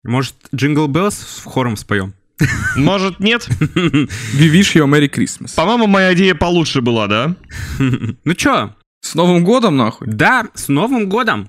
Может, Jingle Bells с хором споем? Может, нет? We wish you a Merry Christmas. По-моему, моя идея получше была, да? Ну чё? С Новым годом, нахуй? Да, с Новым годом!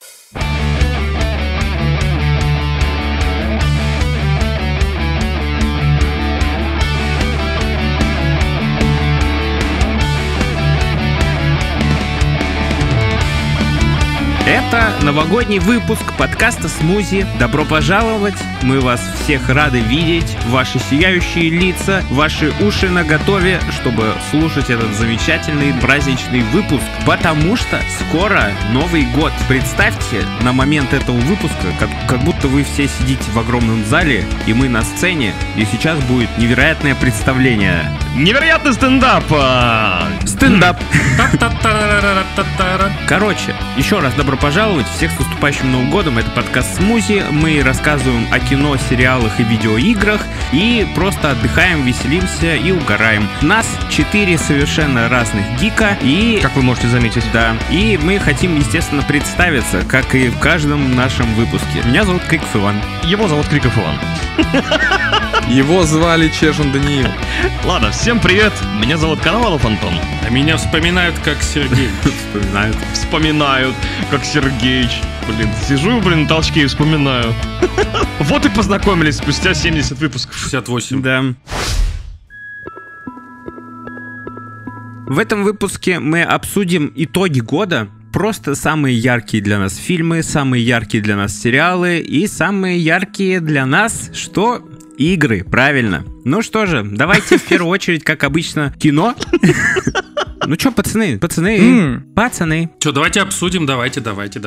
Это новогодний выпуск подкаста «Смузи». Добро пожаловать! Мы вас всех рады видеть, ваши сияющие лица, ваши уши наготове, чтобы слушать этот замечательный праздничный выпуск, потому что скоро Новый год. Представьте на момент этого выпуска, как будто вы все сидите в огромном зале, и мы на сцене, и сейчас будет невероятное представление. Невероятный стендап! Стендап! Короче, еще раз добро пожаловать, всех с наступающим Новым годом. Это подкаст «Смузи». Мы рассказываем о кино, сериалах и видеоиграх и просто отдыхаем, веселимся и угораем. Нас 4 совершенно разных гика и... Как вы можете заметить. Да. И мы хотим, естественно, представиться, как и в каждом нашем выпуске. Меня зовут Криков Иван. Его зовут Криков Иван. Его звали Чежин Даниил. Ладно, всем привет. Меня зовут Коновалов Антон. А меня вспоминают как Сергей. Вспоминают как Сергеич. Сижу, на толчке и вспоминаю. Вот и познакомились спустя 70 выпусков. 68. Да. В этом выпуске мы обсудим итоги года. Просто самые яркие для нас фильмы, самые яркие для нас сериалы и самые яркие для нас, что... Игры, правильно. Ну что же, давайте в первую очередь, как обычно, кино. Ну чё, пацаны. Чё, давайте обсудим, давайте.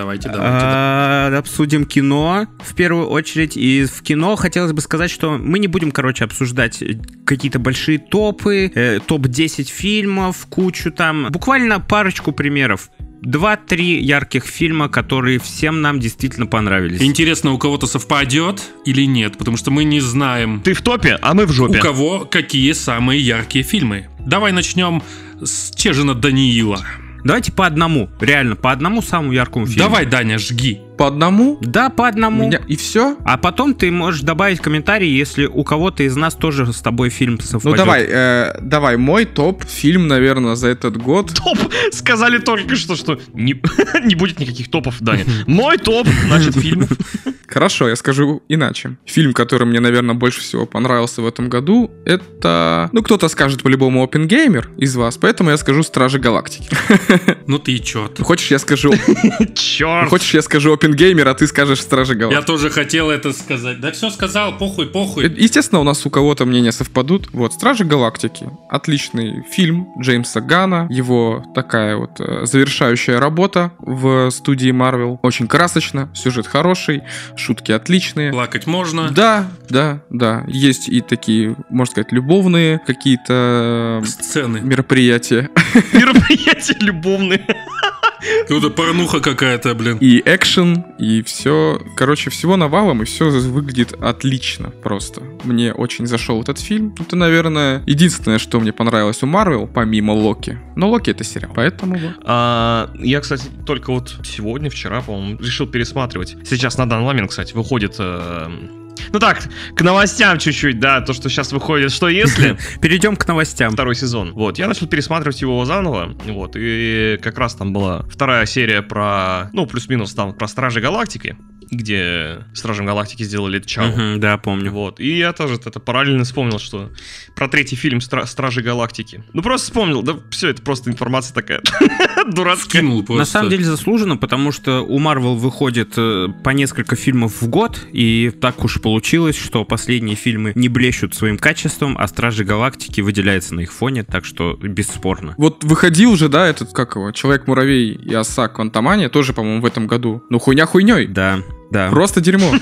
Обсудим кино в первую очередь. И в кино хотелось бы сказать, что мы не будем, обсуждать какие-то большие топы, топ-10 фильмов, кучу там. Буквально парочку примеров. 2-3 ярких фильма, которые всем нам действительно понравились. Интересно, у кого-то совпадет или нет, потому что мы не знаем. Ты в топе, а мы в жопе. У кого какие самые яркие фильмы. Давай начнем с Чежина Даниила. Давайте по одному, реально, по одному самому яркому фильму. Давай, Даня, жги. По одному? Да, по одному. И все? А потом ты можешь добавить комментарий, если у кого-то из нас тоже с тобой фильм совпадет. Ну давай, мой топ-фильм, наверное, за этот год. Топ! Сказали только что не будет никаких топов, Даня. Мой топ, значит, фильм. Хорошо, я скажу иначе. Фильм, который мне, наверное, больше всего понравился в этом году, это... Ну, кто-то скажет по-любому Оппенгеймер из вас, поэтому я скажу «Стражи Галактики». Ну ты чёрт. Хочешь, я скажу... Чёрт! Хочешь, я скажу Оппенгеймер, а ты скажешь «Стражи Галактики». Я тоже хотел это сказать. Да все сказал, похуй. Естественно, у нас у кого-то мнения совпадут. Вот, «Стражи Галактики». Отличный фильм Джеймса Ганна. Его такая вот завершающая работа в студии Marvel. Очень красочно, сюжет хороший, шутки отличные. Плакать можно. Да. Есть и такие, можно сказать, любовные какие-то... Сцены. Мероприятия. Мероприятия любовные. Какая-то порнуха какая-то, блин. И экшен, и все. Короче, всего навалом, и все выглядит отлично просто. Мне очень зашел этот фильм. Это, наверное, единственное, что мне понравилось у Marvel, помимо Локи. Но Локи — это сериал, поэтому... Я, кстати, только вот сегодня, вчера, по-моему, решил пересматривать. Сейчас на данный момент, кстати, выходит... Ну так, к новостям чуть-чуть, да, то, что сейчас выходит «Что если?». Перейдем к новостям. Второй сезон. Вот, я начал пересматривать его заново, вот, и как раз там была вторая серия про, ну, плюс-минус там, про Стражи Галактики, где Стражи Галактики сделали Чау. Да, помню. Вот, и я тоже это параллельно вспомнил, что про третий фильм Стражи Галактики. Ну, просто вспомнил, да, все, это просто информация такая дурацкая. Скинул просто. На самом деле заслуженно, потому что у Marvel выходит по несколько фильмов в год, и так уж получилось, что последние фильмы не блещут своим качеством, а Стражи Галактики выделяются на их фоне, так что бесспорно. Вот выходил же, да, этот, как его, Человек-муравей и Оса Квантомания, тоже, по-моему, в этом году. Ну, хуйня хуйней. Да. Просто дерьмо.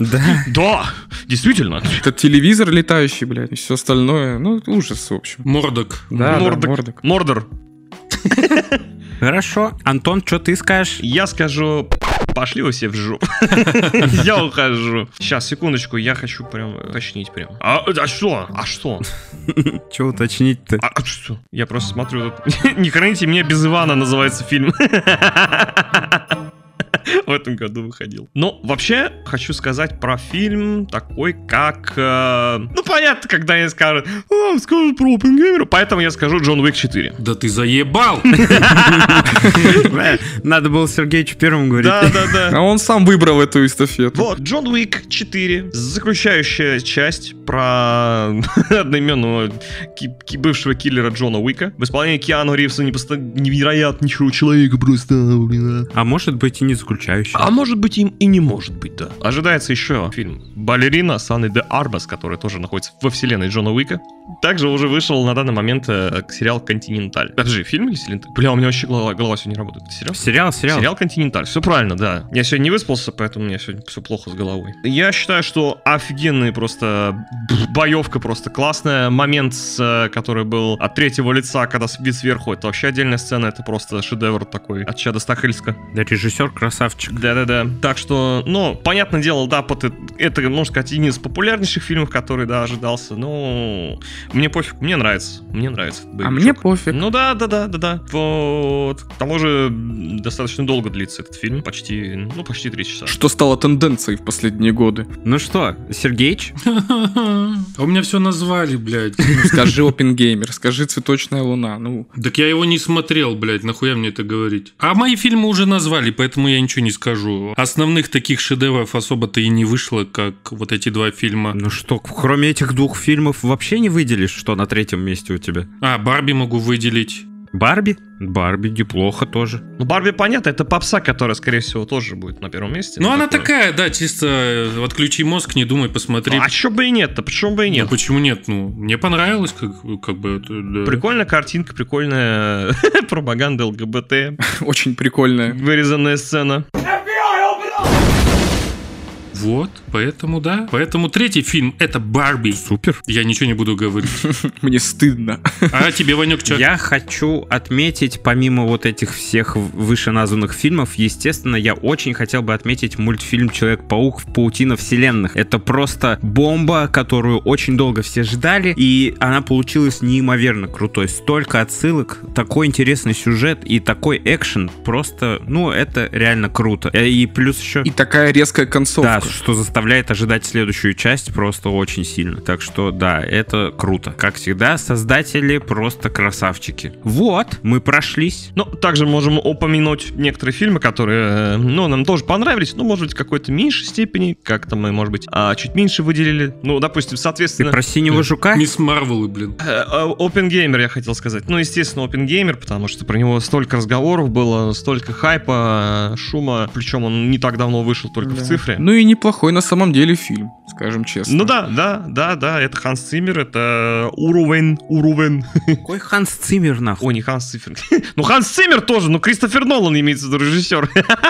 Да, действительно. Этот телевизор летающий, блядь, и все остальное. Ну, ужас, в общем. Мордок. Да, Мордок. Мордор. Хорошо. Антон, что ты скажешь? Я скажу... Пошли вы все в жопу. Я ухожу. Сейчас, секундочку, я хочу прям уточнить прям. А что? Че уточнить-то? А что? Я просто смотрю... Не храните меня без Ивана, называется фильм. этом году выходил. Но вообще, хочу сказать про фильм такой, как... понятно, когда я скажу про Оппенгеймера, поэтому я скажу Джон Уик 4. Да ты заебал! Надо было Сергеичу первым говорить. Да. А он сам выбрал эту эстафету. Вот, Джон Уик 4, заключающая часть про одноименного бывшего киллера Джона Уика в исполнении Киану Ривза, невероятнейшего человека просто. А может быть и не заключающий. А может быть им и не может быть, да. Ожидается еще фильм «Балерина» с Анной де Армас, который тоже находится во вселенной Джона Уика. Также уже вышел на данный момент сериал «Континенталь». Это же фильм или сериал? Бля, у меня вообще голова сегодня не работает. Это сериал? Сериал «Континенталь». Все правильно, да. Я сегодня не выспался, поэтому у меня сегодня все плохо с головой. Я считаю, что офигенная просто боевка, просто классная. Момент, который был от третьего лица, когда вид сверху, это вообще отдельная сцена, это просто шедевр такой от Чада Стахельска. Да, режиссер красавчик. Да. Так что, понятное дело, да, это, можно сказать, один из популярнейших фильмов, который, да, ожидался. Мне пофиг, мне нравится. А мне пофиг. Ну да. Вот. К тому же достаточно долго длится этот фильм, почти 3 часа. Что стало тенденцией в последние годы? Ну что, Сергеич? А у меня все назвали, блядь. Скажи Оппенгеймер, скажи Цветочная луна. Так я его не смотрел, блядь, нахуя мне это говорить? А мои фильмы уже назвали, поэтому я ничего не скажу. Основных таких шедевров особо-то и не вышло, как вот эти два фильма. Ну что, кроме этих двух фильмов вообще не выделишь, что на третьем месте у тебя? Барби могу выделить. Барби? Барби неплохо тоже. Барби, понятно, это попса, которая, скорее всего, тоже будет на первом месте. Она такая, да, чисто отключи мозг, не думай, посмотри. А чё бы и нет-то, почему бы и нет? Почему нет? Мне понравилось, как бы это, да. Прикольная картинка, прикольная пропаганда ЛГБТ. Очень прикольная. Вырезанная сцена. Вот, поэтому да. Поэтому третий фильм — это «Барби». Супер. Я ничего не буду говорить. Мне стыдно. А тебе, Ванек, что? Я хочу отметить, помимо вот этих всех вышеназванных фильмов, естественно, я очень хотел бы отметить мультфильм «Человек-паук. Паутина вселенных». Это просто бомба, которую очень долго все ждали, и она получилась неимоверно крутой. Столько отсылок, такой интересный сюжет и такой экшен. Просто, это реально круто. И плюс еще... И такая резкая концовка. Да, что заставляет ожидать следующую часть просто очень сильно. Так что, да, это круто. Как всегда, создатели просто красавчики. Вот, мы прошлись. Также можем упомянуть некоторые фильмы, которые, нам тоже понравились, может быть, в какой-то меньшей степени. Как-то мы, может быть, чуть меньше выделили. Допустим, соответственно... Ты про «Синего жука»? Мисс Марвелы, блин. Оппенгеймер, я хотел сказать. Естественно, Оппенгеймер, потому что про него столько разговоров было, столько хайпа, шума. Причем он не так давно вышел только в цифре. И неплохой на самом деле фильм, скажем честно. Да, это Ханс Циммер, это Уровен. Какой Ханс Циммер, нахуй? Ой, не Ханс Циммер. Ханс Циммер тоже, Кристофер Нолан имеется в виду, режиссер.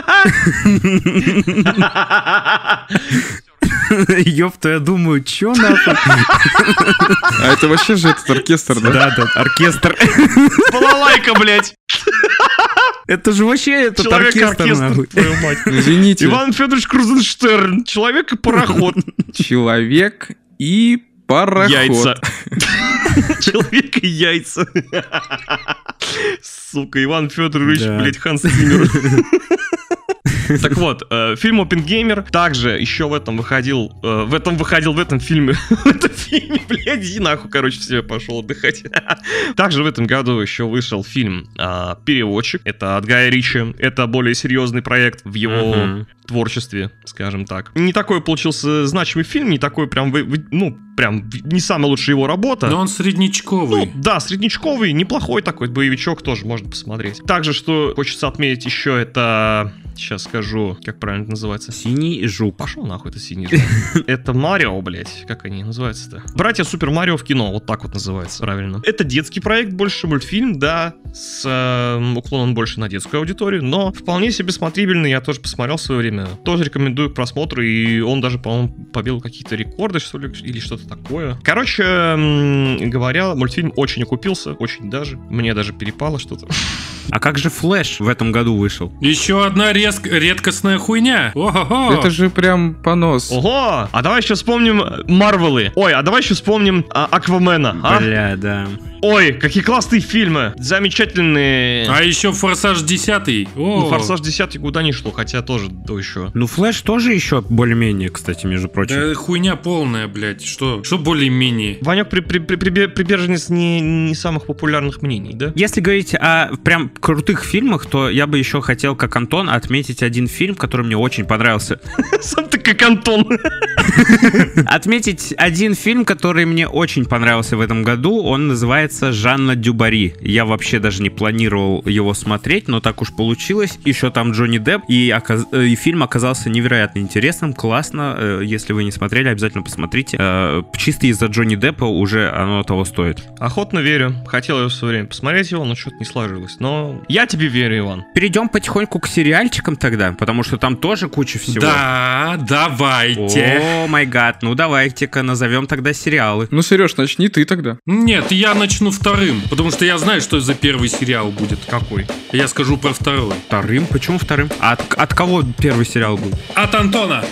Ёпта, я думаю, чё нахуй? А это вообще же этот оркестр, да? Да, оркестр. Балалайка, блядь. Это же вообще этот оркестр, нахуй. Твою мать. Извините. Иван Федорович Крузенштерн. Человек и пароход. Человек и пароход. Яйца. Человек и яйца. Сука, Иван Федорович, блядь, Ханс Циммер. Так вот, фильм «Оппенгеймер» также еще в этом фильме. В этом фильме, блядь, иди нахуй, все, я пошел отдыхать. Также в этом году еще вышел фильм «Переводчик». Это от Гая Ричи. Это более серьезный проект в его творчестве, скажем так. Не такой получился значимый фильм, не такой прям не самая лучшая его работа. Но он среднячковый. Да, среднячковый, неплохой такой боевичок, тоже можно посмотреть. Также, что хочется отметить еще, это... Сейчас скажу, как правильно это называется. «Синий жук». Пошел нахуй, это «Синий жук». Это Марио, блядь. Как они называются-то? «Братья Супер Марио в кино». Вот так вот называется, правильно. Это детский проект, больше мультфильм, да, с уклоном больше на детскую аудиторию, но вполне себе смотрибельный. Я тоже посмотрел в свое время. Тоже рекомендую к просмотру, и он даже, по-моему, побил какие-то рекорды, что ли, или что-то такое. Короче говоря, мультфильм очень окупился, очень даже. Мне даже перепало что-то. А как же «Флэш» в этом году вышел? Еще одна редкостная хуйня. Ого-го. Это же прям понос. Ого! А давай еще вспомним Марвелы. Ой, а давай еще вспомним Аквамена. Бля, да. Ой, какие классные фильмы! Замечательные. А еще «Форсаж 10». Ну, «Форсаж 10» куда не шло, хотя тоже то еще. Ну, «Флэш» тоже еще более-менее, кстати, между прочим. Да, хуйня полная, блядь. Что более-менее? Ванек прибеженец не самых популярных мнений, да? Если говорить о прям крутых фильмах, то я бы еще хотел, как Антон, отметить один фильм, который мне очень понравился. Сам ты как Антон. Отметить один фильм, который мне очень понравился в этом году. Он называется «Жанна Дюбари». Я вообще даже не планировал его смотреть, но так уж получилось. Еще там Джонни Депп, и фильм оказался невероятно интересным, классно. Если вы не смотрели, обязательно посмотрите. Чисто из-за Джонни Деппа уже оно того стоит. Охотно верю. Хотел я в свое время посмотреть его, но что-то не сложилось. Но я тебе верю, Иван. Перейдем потихоньку к сериальчикам тогда, потому что там тоже куча всего. Да, давайте. О май гад, ну давайте-ка назовем тогда сериалы. Ну, Сереж, начни ты тогда. Нет, я начну вторым, потому что я знаю, что за первый сериал будет. Какой? Я скажу про второй. Вторым? Почему вторым? От кого первый сериал был? От Антона.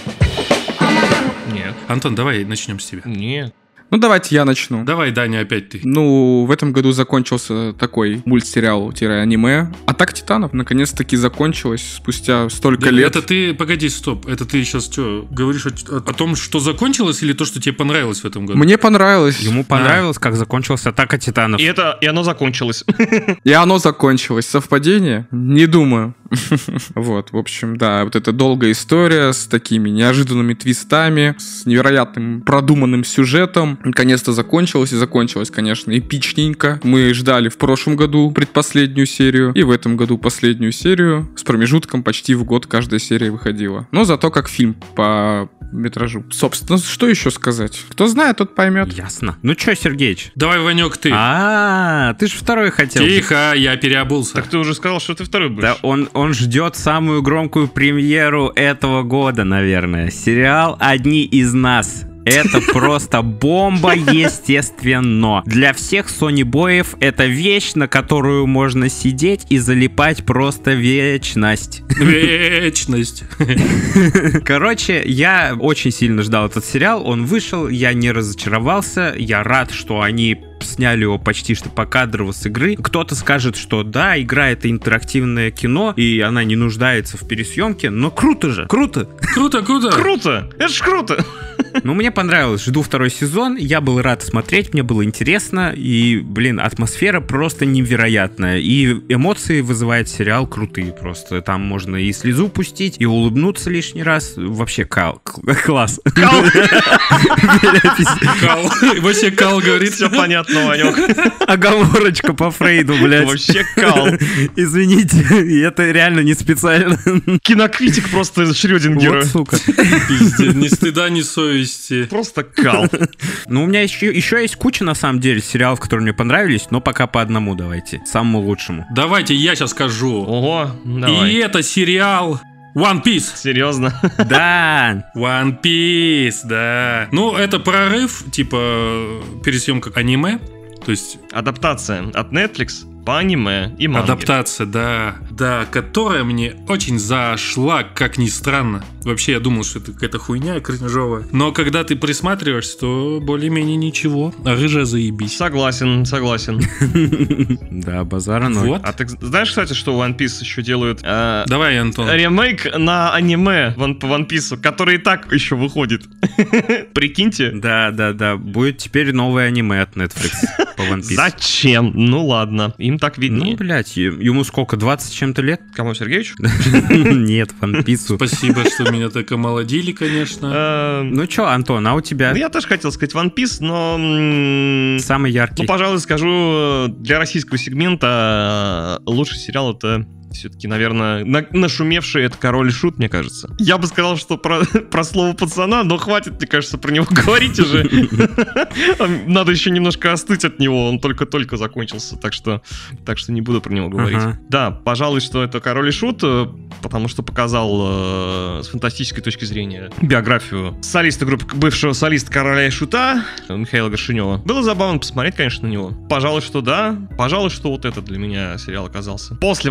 Нет. Антон, давай начнем с тебя. Нет. Ну, давайте я начну. Давай, Даня, опять ты. Ну, в этом году закончился такой мультсериал-аниме «Атака Титанов». Наконец-таки закончилось спустя столько лет. Это ты, погоди, стоп. Это ты сейчас что, говоришь о том, что закончилось, или то, что тебе понравилось в этом году? Мне понравилось. Ему понравилось, как закончилась «Атака Титанов». И оно закончилось. И оно закончилось. Совпадение? Не думаю. Вот, в общем, да, вот эта долгая история с такими неожиданными твистами, с невероятным продуманным сюжетом. Наконец-то закончилась, и закончилась, конечно, эпичненько. Мы ждали в прошлом году предпоследнюю серию, и в этом году последнюю серию. С промежутком почти в год каждая серия выходила. Но зато как фильм по метражу. Собственно, что еще сказать? Кто знает, тот поймет. Ясно. Ну что, Сергеич? Давай, Ванек, ты. Ты же второй хотел. Тихо, я переобулся. Так ты уже сказал, что ты второй будешь. Да, он ждет самую громкую премьеру этого года, наверное. Сериал «Одни из нас». Это просто бомба, естественно. Для всех сонибоев это вещь, на которую можно сидеть и залипать просто вечность. Вечность. Короче, я очень сильно ждал этот сериал. Он вышел, я не разочаровался. Я рад, что они сняли его почти что покадрово с игры. Кто-то скажет, что да, игра — это интерактивное кино, и она не нуждается в пересъемке, но круто же, круто. Круто. Круто! Это ж круто! Ну, мне понравилось. Жду второй сезон. Я был рад смотреть, мне было интересно. И, блин, атмосфера просто невероятная. И эмоции вызывает сериал крутые просто. Там можно и слезу пустить, и улыбнуться лишний раз. Вообще класс. Кал! Кал. Вообще Кал говорит. Все понятно, Ванек. Оговорочка по Фрейду, блядь. Вообще Кал. Извините, это реально не специально. Кинокритик просто Шрёдингера. Вот сука. Пиздец, ни стыда, ни совести. Просто Кал. Ну, у меня еще есть куча, на самом деле, сериалов, которые мне понравились, но пока по одному давайте. Самому лучшему. Давайте я сейчас скажу. Ого, давай. И это сериал One Piece. Серьезно? Да. One Piece, да. Ну, это прорыв, типа пересъемка аниме. То есть Адаптация от Netflix по аниме и манге. адаптация, да, которая мне очень зашла, как ни странно. Вообще, я думал, что это какая-то хуйня кринжовая. Но когда ты присматриваешься, то более-менее ничего. А рыжая заебись. Согласен. Да, базара ноль. Вот. А ты знаешь, кстати, что One Piece еще делают Давай, Антон. ремейк на аниме по One Piece, который и так еще выходит. Прикиньте. Да. Будет теперь новое аниме от Netflix по One Piece. Зачем? Ну ладно, им так виднее. Ну, блядь, ему сколько, 20 с чем-то лет? Кому, Сергеевичу? Нет, One Piece. Спасибо, что меня так омолодили, конечно. Ну чё, Антон, а у тебя? Ну, я тоже хотел сказать One Piece, но... Самый яркий. Ну, пожалуй, скажу, для российского сегмента лучший сериал — это все-таки, наверное, нашумевший — это «Король и Шут», мне кажется. Я бы сказал, что про слово пацана, но хватит, мне кажется, про него говорить уже. Надо еще немножко остыть от него, он только-только закончился, так что не буду про него говорить. Да, пожалуй, что это «Король и Шут», потому что показал с фантастической точки зрения биографию солиста группы, бывшего солиста «Короля и Шута» Михаила Горшинева. Было забавно посмотреть, конечно, на него. Пожалуй, что да. Пожалуй, что вот этот для меня сериал оказался. После One Piece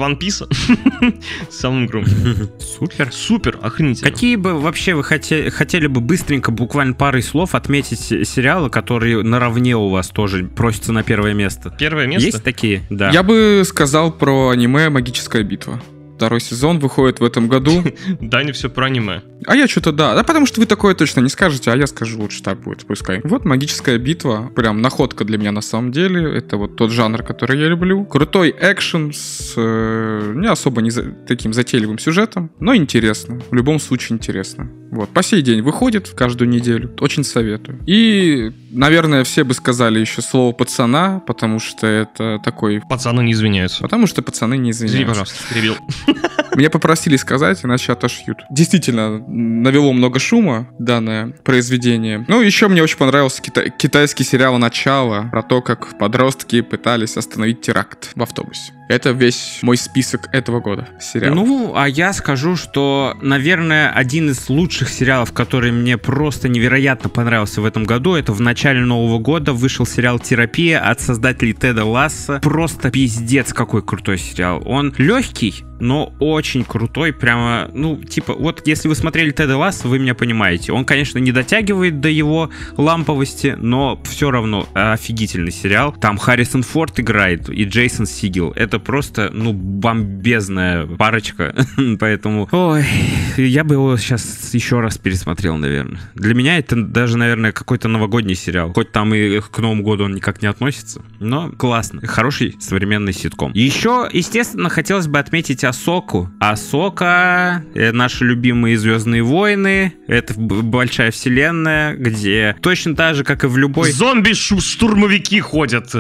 Самым громким. Супер. Супер, охренительно. Какие бы вообще вы хотели бы быстренько, буквально парой слов отметить сериалы, которые наравне у вас тоже просятся на первое место? Первое место? Есть такие? Да. Я бы сказал про аниме «Магическая битва». Второй сезон выходит в этом году. Да, не все про аниме. А я что-то да. Да потому что вы такое точно не скажете, а я скажу лучше, так будет, пускай. Вот «Магическая битва». Прям находка для меня на самом деле. Это вот тот жанр, который я люблю. Крутой экшен с не особо таким затейливым сюжетом, но интересно. В любом случае интересно. Вот. По сей день выходит каждую неделю. Очень советую. И, наверное, все бы сказали еще слово «пацана», потому что это такой... Пацаны не извиняются. Потому что пацаны не извиняются. Извини, пожалуйста, перебил. Меня попросили сказать, иначе отошьют. Действительно, навело много шума данное произведение. Ну, еще мне очень понравился китайский сериал «Начало» про то, как подростки пытались остановить теракт в автобусе. Это весь мой список этого года сериалов. Ну, а я скажу, что, наверное, один из лучших сериалов, который мне просто невероятно понравился в этом году, это в начале Нового года вышел сериал «Терапия» от создателей Теда Ласса. Просто пиздец какой крутой сериал. Он легкий, но очень крутой, прямо, ну, типа, вот если вы смотрели Теда Ласса, вы меня понимаете. Он, конечно, не дотягивает до его ламповости, но все равно офигительный сериал. Там Харрисон Форд играет и Джейсон Сигел. Это просто, ну, бомбезная парочка. Поэтому, ой, я бы его сейчас еще раз пересмотрел, наверное. Для меня это даже, наверное, какой-то новогодний сериал. Хоть там и к Новому году он никак не относится, но классно. Хороший современный ситком. Еще, естественно, хотелось бы отметить Асоку. Асока, наши любимые «Звездные войны». Это большая вселенная, где точно так же, как и в любой... Зомби-штурмовики ходят.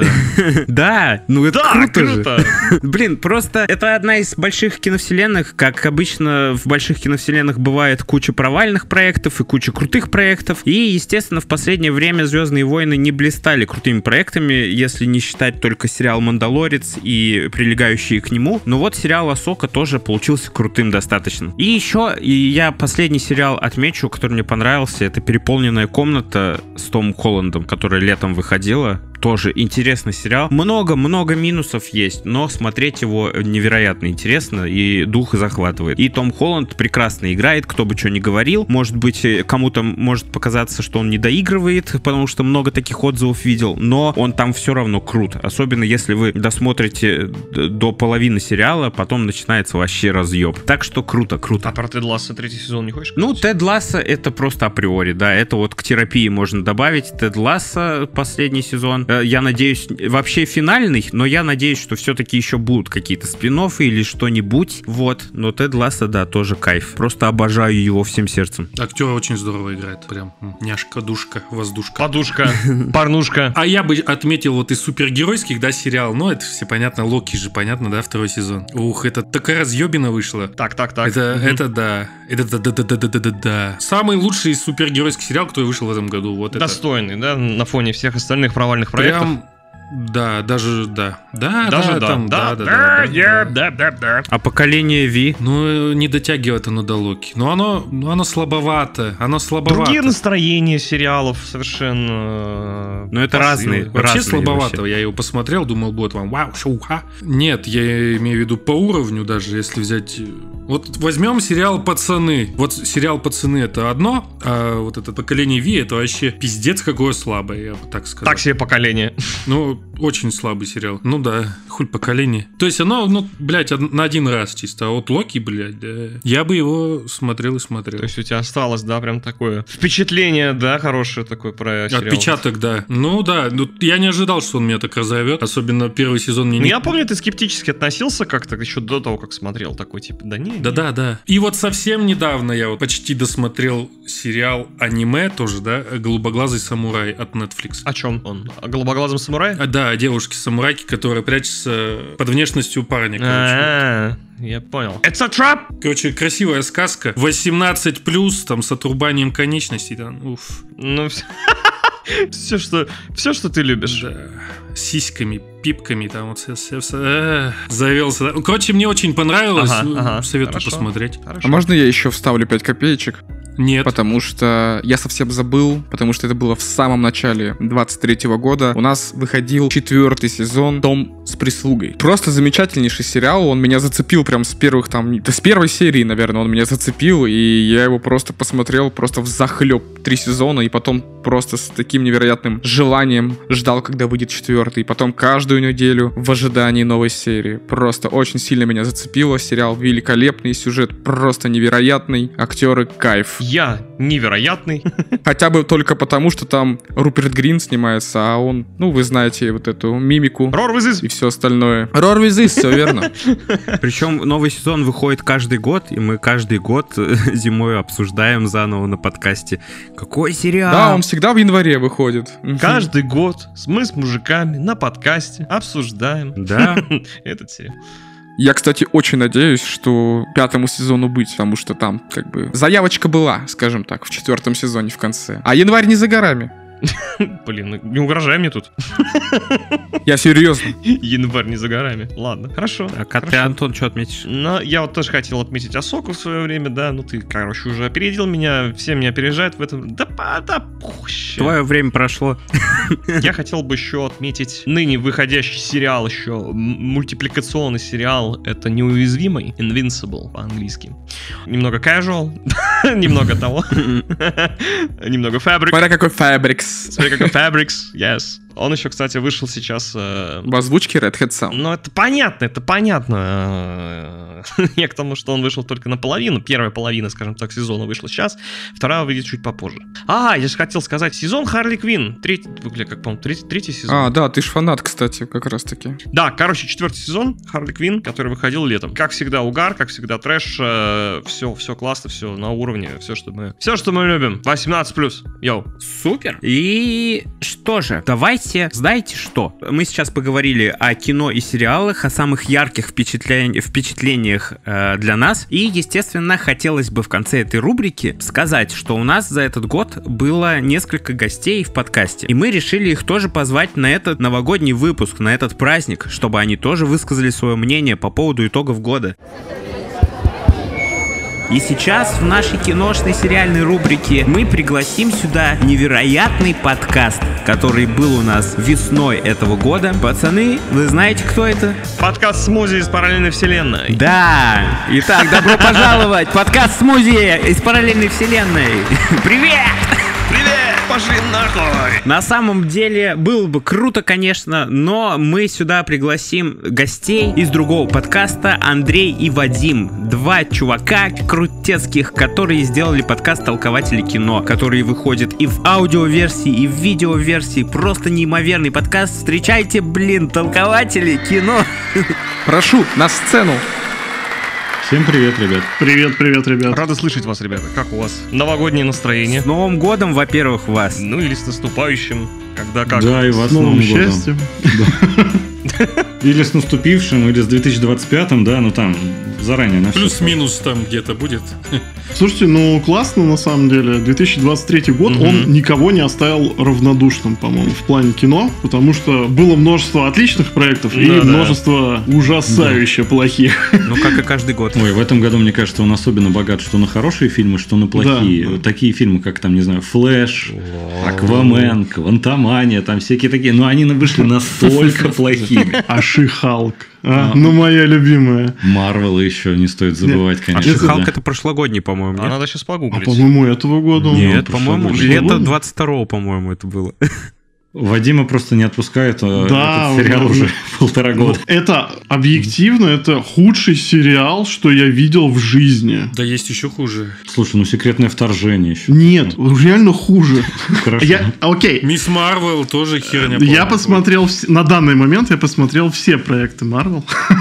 Да, ну это круто же. Круто. Блин, просто это одна из больших киновселенных. Как обычно в больших киновселенных бывает куча провальных проектов и куча крутых проектов. И, естественно, в последнее время «Звездные войны» не блистали крутыми проектами, если не считать только сериал «Мандалорец» и прилегающие к нему. Но вот сериал «Асока» тоже получился крутым достаточно. И еще я последний сериал отмечу, который мне понравился. Это «Переполненная комната» с Томом Холландом, которая летом выходила. Тоже интересный сериал. Много-много минусов есть, но смотреть его невероятно интересно и дух захватывает. И Том Холланд прекрасно играет, кто бы что ни говорил. Может быть, кому-то может показаться, что он не доигрывает, потому что много таких отзывов видел, но он там все равно крут. Особенно если вы досмотрите до половины сериала, потом начинается вообще разъеб. Так что круто. А про Тед Ласса третий сезон не хочешь? Ну, Тед Ласса это просто априори, да. Это вот к терапии можно добавить. Тед Ласса последний сезон. Я надеюсь, вообще финальный, но я надеюсь, что все-таки еще будут какие-то спин-оффы или что-нибудь. Вот. Но Тед Ласса, да, тоже кайф. Просто обожаю его всем сердцем. Актер очень здорово играет. Прям няшка, душка, воздушка. Подушка, парнушка. А я бы отметил вот из супергеройских, да, сериал. Ну, это все понятно. Локи же, понятно, да, второй сезон. Ух, это такая разъебина вышла. Так. Это да. Да. Самый лучший супергеройский сериал, который вышел в этом году. Вот достойный, да, на фоне всех остальных провальных проектов. Да, даже да. Да. А поколение Ви? Ну, не дотягивает оно до Локи. Но оно слабовато. Другие настроения сериалов совершенно... Ну, это разные. Вообще слабовато. Я его посмотрел, думал, будет вам вау, шоу-ха. Нет, я имею в виду по уровню даже, если взять... Вот возьмем сериал «Пацаны». Вот сериал «Пацаны» — это одно, а вот это поколение Ви — это вообще пиздец какое слабое, я бы так сказал. Так себе поколение. Ну, очень слабый сериал. Ну да, хуй поколение. То есть оно, ну, блядь, на один раз чисто. А вот Локи, блядь, да. Я бы его смотрел и смотрел. То есть у тебя осталось, да, прям такое впечатление, да, хорошее такое про сериал. Отпечаток, да. Ну да, ну, я не ожидал, что он меня так разорвет. Особенно первый сезон мне не... Я помню, ты скептически относился как-то еще до того, как смотрел. Такой, типа, да не. Да. И вот совсем недавно я вот почти досмотрел сериал аниме тоже, да, «Голубоглазый самурай» от Netflix. О чем он? О голубоглазом самурае? Да, о девушке-самурайке, которая прячется под внешностью парня, короче. Я понял. It's a trap! Короче, красивая сказка. 18+, там, с отрубанием конечностей, там, уф. Ну, все, что ты любишь. Да. сиськами, пипками, там вот завелся. Короче, мне очень понравилось, советую Хорошо. посмотреть. А можно я еще вставлю 5 копеечек? Нет. Потому что я совсем забыл, потому что это было в самом начале 23-го года. У нас выходил 4-й сезон «Дом с прислугой». Просто замечательнейший сериал, он меня зацепил прям с первых там... Да с первой серии, наверное, он меня зацепил, и я его просто посмотрел просто взахлеб 3 сезона, и потом просто с таким невероятным желанием ждал, когда выйдет 4-й, и потом каждую неделю в ожидании новой серии. Просто очень сильно меня зацепило, сериал великолепный, сюжет просто невероятный, актеры кайф. Я невероятный. Хотя бы только потому, что там Руперт Грин снимается, а он, ну, вы знаете вот эту мимику и все остальное. Рорвизис, все верно. Причем новый сезон выходит каждый год, и мы каждый год зимой обсуждаем заново на подкасте. Какой сериал? Да, он всегда в январе выходит. Каждый год мы с мужиками на подкасте обсуждаем Да. этот сериал. Я, кстати, очень надеюсь, что 5-му сезону быть, потому что там, как бы, заявочка была, скажем так, в 4-м сезоне в конце. А январь не за горами. Блин, не угрожай мне тут. Я серьезно. Январь не за горами. Ладно, хорошо. А ты, хорошо. Антон, что отметишь? Но я вот тоже хотел отметить Асоку в свое время, да, ну ты, короче, уже опередил меня, все меня опережают в этом, да вообще. Твое время прошло. Я хотел бы еще отметить ныне выходящий сериал еще, мультипликационный сериал, это «Неуязвимый», Invincible по-английски. Немного casual, немного того, немного fabric. Смотря какой Фабрикс. Смотри, какой Fabrics, yes. Он еще, кстати, вышел сейчас... В озвучке Red Hat Sound. Ну, это понятно. Я к тому, что он вышел только наполовину. Первая половина, скажем так, сезона вышла сейчас. Вторая выйдет чуть попозже. Я же хотел сказать, сезон Харли Квинн. Третий сезон. Да, ты ж фанат, кстати, как раз-таки. Да, короче, 4-й сезон Харли Квинн, который выходил летом. Как всегда, угар, как всегда, трэш. Все классно, все на уровне. Все, что мы любим. 18+. Йоу. Супер. И что же, давайте, знаете что? Мы сейчас поговорили о кино и сериалах, о самых ярких впечатлениях для нас. И, естественно, хотелось бы в конце этой рубрики сказать, что у нас за этот год было несколько гостей в подкасте. И мы решили их тоже позвать на этот новогодний выпуск, на этот праздник, чтобы они тоже высказали свое мнение по поводу итогов года. И сейчас в нашей киношной сериальной рубрике мы пригласим сюда невероятный подкаст, который был у нас весной этого года. Пацаны, вы знаете, кто это? Подкаст «Смузи» из параллельной вселенной. Да! Итак, добро пожаловать! Подкаст «Смузи» из параллельной вселенной. Привет! Привет! Пошли нахуй! На самом деле, было бы круто, конечно, но мы сюда пригласим гостей из другого подкаста, Андрей и Вадим. Два чувака крутецких, которые сделали подкаст «Толкователи кино», который выходит и в аудиоверсии, и в видеоверсии. Просто неимоверный подкаст. Встречайте, «Толкователи кино». Прошу, на сцену. Всем привет, ребят. Привет, ребят. Рады слышать вас, ребята. Как у вас? Новогоднее настроение. С Новым годом, во-первых, вас. Ну или с наступающим. Когда как. Да, и вас С новым Новым годом. счастьем. Или с наступившим, или с 2025-м, да, ну там заранее на все. Плюс-минус там где-то будет. Слушайте, ну классно на самом деле. 2023 год, он никого не оставил равнодушным, по-моему, в плане кино, потому что было множество отличных проектов и Да-да. множество ужасающе плохих. Ну, как и каждый год. Ой, в этом году, мне кажется, он особенно богат, что на хорошие фильмы, что на плохие. Да. Такие фильмы, как там, не знаю, «Флэш», «Аквамен», «Квантомания», там всякие такие. Но они вышли настолько плохими. А Ши-Халк. Ну, моя любимая. Марвел еще не стоит забывать, А конечно. Ши-Халк да. это прошлогодний, по-моему, А нет? надо сейчас А, погуглить. по-моему, этого года. Нет, Ну, по-моему, прошлогодний. лето 22-го, по-моему, это было. Вадима просто не отпускают Да, этот сериал да. уже 1,5 года. Это объективно, это худший сериал, что я видел в жизни. Да есть еще хуже. Слушай, ну «Секретное вторжение» еще. Нет, реально хуже. Хорошо. Окей. Мисс Марвел тоже херня. Я полная. посмотрел, на данный момент я посмотрел все проекты Marvel.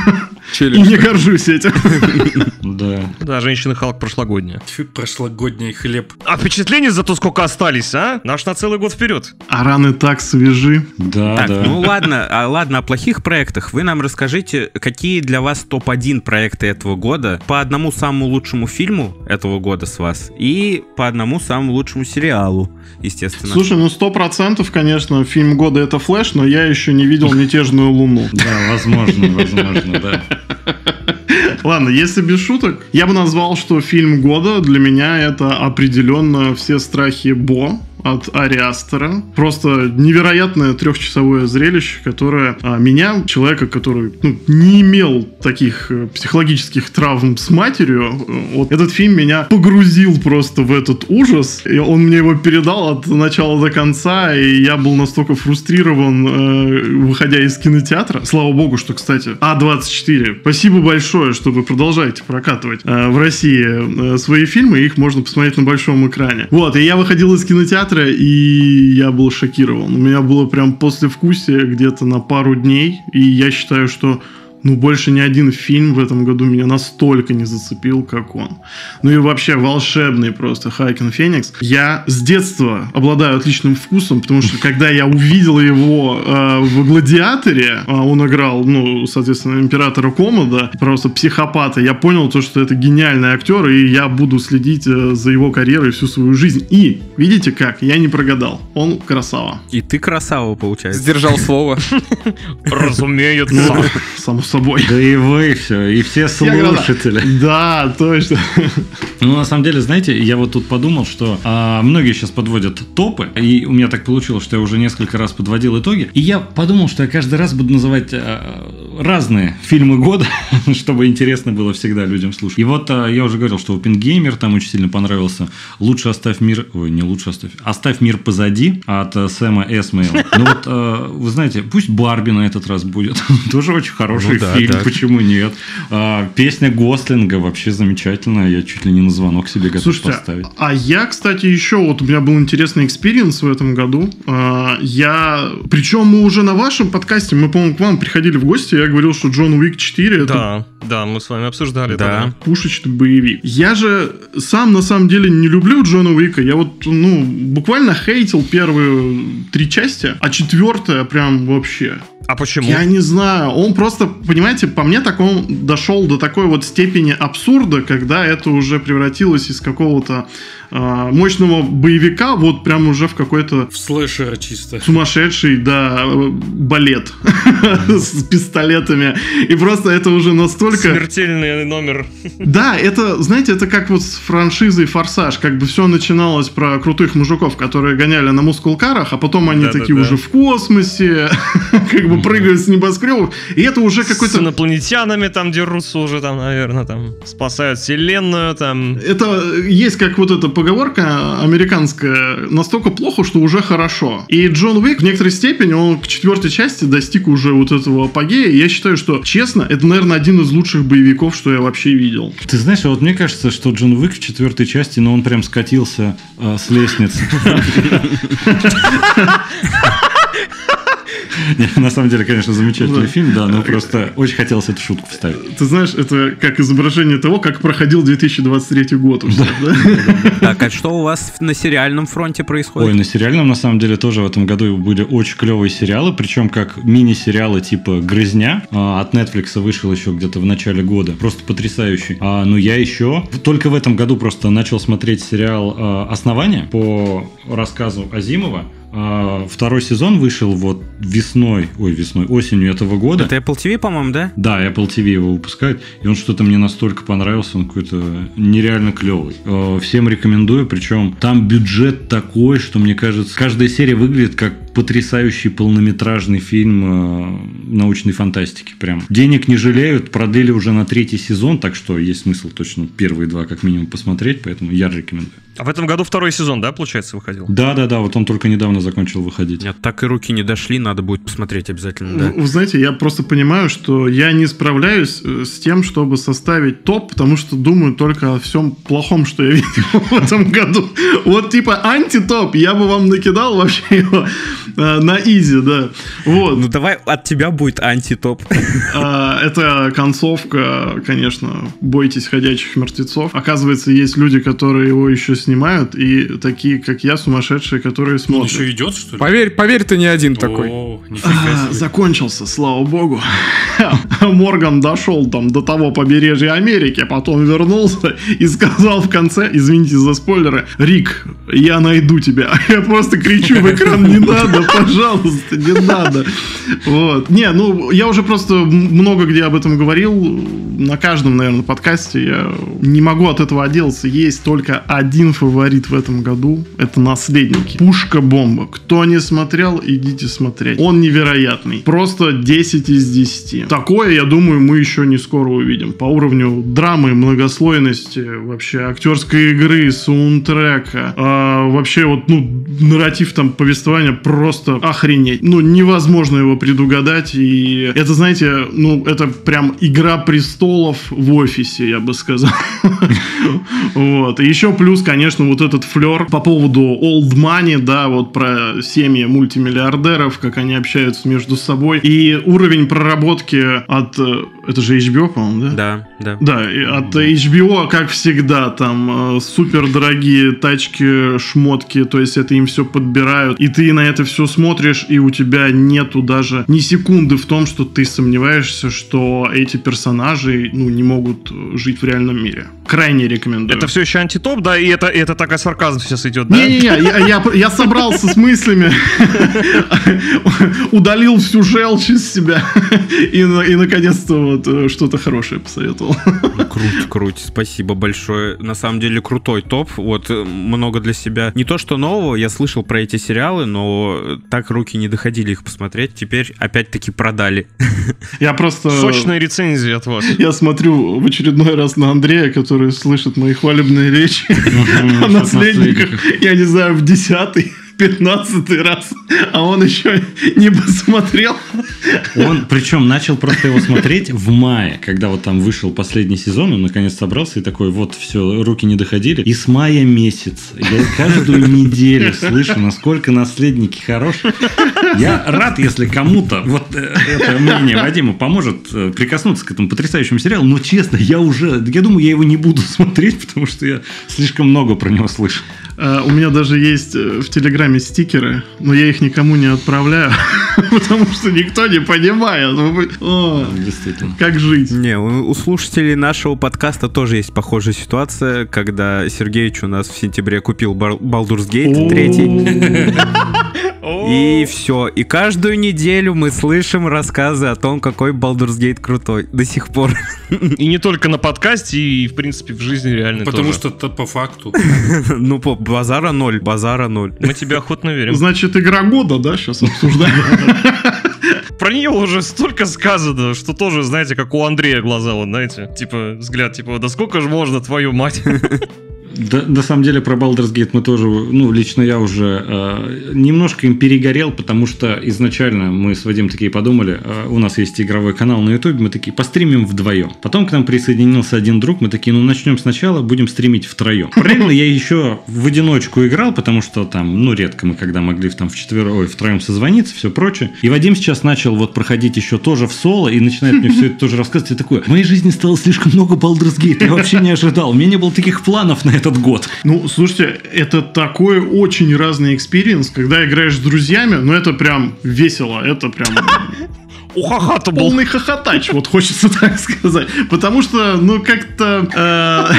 Челлендж. не горжусь этим. Да. Да, «Женщина-Халк» прошлогодняя. Тьфу, прошлогодний хлеб. А впечатления зато сколько остались, а? Наш на целый год вперед. А раны так свежи. Да, Так, да. ну ладно, о плохих проектах. Вы нам расскажите, какие для вас топ-1 проекты этого года, по одному самому лучшему фильму этого года с вас и по одному самому лучшему сериалу, естественно. Слушай, 100%, конечно, фильм года это «Флэш», но я еще не видел «Мятежную луну». Да, возможно, да. Ладно, если без шуток, я бы назвал, что фильм года для меня это определенно «Все страхи Бо» от Ари Астера. Просто невероятное 3-часовое зрелище, которое меня, человека, который не имел таких психологических травм с матерью, вот этот фильм меня погрузил просто в этот ужас. И он мне его передал от начала до конца, и я был настолько фрустрирован, выходя из кинотеатра. Слава богу, что, кстати, А24, спасибо большое, что вы продолжаете прокатывать в России свои фильмы, их можно посмотреть на большом экране. Вот, и я выходил из кинотеатра, и я был шокирован. У меня было прям послевкусие где-то на пару дней, и я считаю, что больше ни один фильм в этом году меня настолько не зацепил, как он. Ну и вообще волшебный просто Хоакин Феникс. Я с детства обладаю отличным вкусом, потому что когда я увидел его в «Гладиаторе», он играл, соответственно, императора Комода, просто психопата, я понял то, что это гениальный актер, и я буду следить за его карьерой всю свою жизнь. И, видите как, я не прогадал. Он красава. И ты красава, получается. Сдержал слово. Разумеется. Само собой. Да и вы все, и все слушатели. Да, точно. Ну, на самом деле, знаете, я вот тут подумал, что многие сейчас подводят топы, и у меня так получилось, что я уже несколько раз подводил итоги, и я подумал, что я каждый раз буду называть разные фильмы года, чтобы интересно было всегда людям слушать. И вот я уже говорил, что «Оппенгеймер» там очень сильно понравился. «Лучше оставь мир...» Ой, не «Лучше оставь...» «Оставь мир позади» от Сэма Эсмейла. Ну вот, вы знаете, пусть «Барби» на этот раз будет. Тоже очень хороший фильм, почему нет? Песня Гослинга вообще замечательная, я чуть ли не на звонок себе готов поставить. А я, кстати, еще, вот у меня был интересный экспириенс в этом году. Причем мы уже на вашем подкасте, мы, по-моему, к вам приходили в гости, я говорил, что Джон Уик 4 это... Да, мы с вами обсуждали. Да. Пушечный боевик. Я же сам, на самом деле, не люблю Джона Уика. Я вот, буквально хейтил первые 3 части, а 4-я прям вообще... А почему? Я не знаю. Он просто, понимаете, по мне так он дошел до такой вот степени абсурда, когда это уже превратилось из какого-то мощного боевика вот прям уже в какой-то... В слэшера чисто. Сумасшедший, да, балет с пистолетами. И просто это уже настолько... Смертельный номер. Да, это, знаете, это как вот с франшизой «Форсаж». Как бы все начиналось про крутых мужиков, которые гоняли на мускулкарах, а потом они такие уже в космосе, как бы прыгают с небоскребов. И это уже какой-то... С инопланетянами там дерутся уже, там, наверное, там спасают вселенную, там... Это есть как вот эта поговорка американская: настолько плохо, что уже хорошо. И Джон Уик в некоторой степени, он к 4-й части достиг уже вот этого апогея. И я считаю, что, честно, это, наверное, один из лучших боевиков, что я вообще видел. Ты знаешь, вот мне кажется, что Джон Уик в 4-й части, он прям скатился с лестницы. На самом деле, конечно, замечательный фильм, да, но просто очень хотелось эту шутку вставить. Ты знаешь, это как изображение того, как проходил 2023 год. Так, а что у вас на сериальном фронте происходит? Ой, на сериальном, на самом деле, тоже в этом году были очень клевые сериалы, причем как мини-сериалы типа «Грызня». От Netflix вышел еще где-то в начале года. Просто потрясающий. Но я еще только в этом году просто начал смотреть сериал «Основание» по рассказу Азимова. 2-й сезон вышел вот осенью этого года. Это Apple TV, по-моему, да? Да, Apple TV его выпускает, и он что-то мне настолько понравился, он какой-то нереально клевый. Всем рекомендую, причем там бюджет такой, что, мне кажется, каждая серия выглядит как потрясающий полнометражный фильм научной фантастики. Прям денег не жалеют, продлили уже на 3-й сезон, так что есть смысл точно первые 2 как минимум посмотреть, поэтому я рекомендую. А в этом году 2-й сезон, да, получается, выходил? Да, вот он только недавно закончил выходить. Нет, так и руки не дошли, надо будет посмотреть обязательно, да. Вы знаете, я просто понимаю, что я не справляюсь с тем, чтобы составить топ, потому что думаю только о всем плохом, что я видел в этом году. Вот типа антитоп, я бы вам накидал вообще его На изи, да. Вот. Ну давай от тебя будет антитоп. Это концовка, конечно, бойтесь ходячих мертвецов. Оказывается, есть люди, которые его еще снимают, и такие, как я, сумасшедшие, которые Он смотрят. еще идет, что ли? Поверь, ты не один такой. О, нифига себе. Закончился, слава богу. Морган дошел там до того побережья Америки, потом вернулся и сказал в конце, извините за спойлеры, Рик, я найду тебя. Я просто кричу в экран, не надо, пожалуйста, не надо. Вот. Не, ну, я уже просто много где об этом говорил, на каждом, наверное, подкасте. Я не могу от этого отделаться. Есть только один фаворит в этом году. Это «Наследники». Пушка-бомба. Кто не смотрел, идите смотреть. Он невероятный. Просто 10 из 10. Такое, я думаю, мы еще не скоро увидим. По уровню драмы, многослойности, вообще актерской игры, саундтрека. Вообще вот, ну, нарратив там повествования просто охренеть. Ну, невозможно его предугадать. И это, знаете, ну, это прям «Игра престолов» в офисе, я бы сказал. Вот. И еще плюс, конечно, вот этот флер по поводу old money, да, вот про семьи мультимиллиардеров, как они общаются между собой. И уровень проработки от... Это же HBO, по-моему, да? Да. Да, и от HBO, как всегда, там супер дорогие тачки, шмотки, то есть это им все подбирают. И ты на это все смотришь, и у тебя нету даже ни секунды в том, что ты сомневаешься, что эти персонажи, ну, не могут жить в реальном мире. Крайне рекомендую. Это все еще антитоп, да? И это такой сарказм сейчас идет, да? Не-не-не, я собрался с мыслями, удалил всю желчь из себя и наконец-то вот что-то хорошее посоветовал. Круть, спасибо большое. На самом деле крутой топ. Вот много для себя. Не то что нового, я слышал про эти сериалы, но так руки не доходили их посмотреть. Теперь опять-таки продали. Я просто... Сочные рецензии от вас. Я смотрю в очередной раз на Андрея, который слышит мои хвалебные речи о наследниках, я не знаю, в 10-й, 15-й раз, а он еще не посмотрел. Он, причем, начал просто его смотреть в мае, когда вот там вышел последний сезон, он наконец собрался и такой, вот, все, руки не доходили. И с мая месяц я каждую неделю слышу, насколько «Наследники» хорошие. Я рад, если кому-то вот это мнение Вадима поможет прикоснуться к этому потрясающему сериалу, но честно, я думаю, я его не буду смотреть, потому что я слишком много про него слышу. У меня даже есть в Телеграме стикеры, но я их никому не отправляю, потому что никто не понимает. Действительно. Как жить? Не, у слушателей нашего подкаста тоже есть похожая ситуация, когда Сергеич у нас в сентябре купил Baldur's Gate 3. И все. И каждую неделю мы слышим рассказы о том, какой Baldur's Gate крутой. До сих пор. И не только на подкасте, и, в принципе, в жизни реально Потому тоже. что это по факту. Ну, базара ноль. Мы тебе охотно верим. Значит, игра года, да, сейчас обсуждаем? Про нее уже столько сказано, что тоже, знаете, как у Андрея глаза, вот, знаете, типа, взгляд, типа, да сколько же можно, твою мать? Да, на самом деле про Baldur's Gate мы тоже, ну, лично я уже немножко им перегорел, потому что изначально мы с Вадимом такие подумали, у нас есть игровой канал на YouTube, мы такие, постримим вдвоем. Потом к нам присоединился один друг, мы такие, ну, начнем сначала, будем стримить втроем. Параллельно я еще в одиночку играл, потому что там, ну, редко мы когда могли там втроем созвониться, все прочее. И Вадим сейчас начал вот проходить еще тоже в соло и начинает мне все это тоже рассказывать. Я такой, в моей жизни стало слишком много Baldur's Gate, я вообще не ожидал, у меня не было таких планов на этот год. Ну, слушайте, это такой очень разный экспириенс, когда играешь с друзьями, ну, это прям весело, это прям... Ухахата был. Полный хохотач, вот хочется так сказать. Потому что, ну, как-то...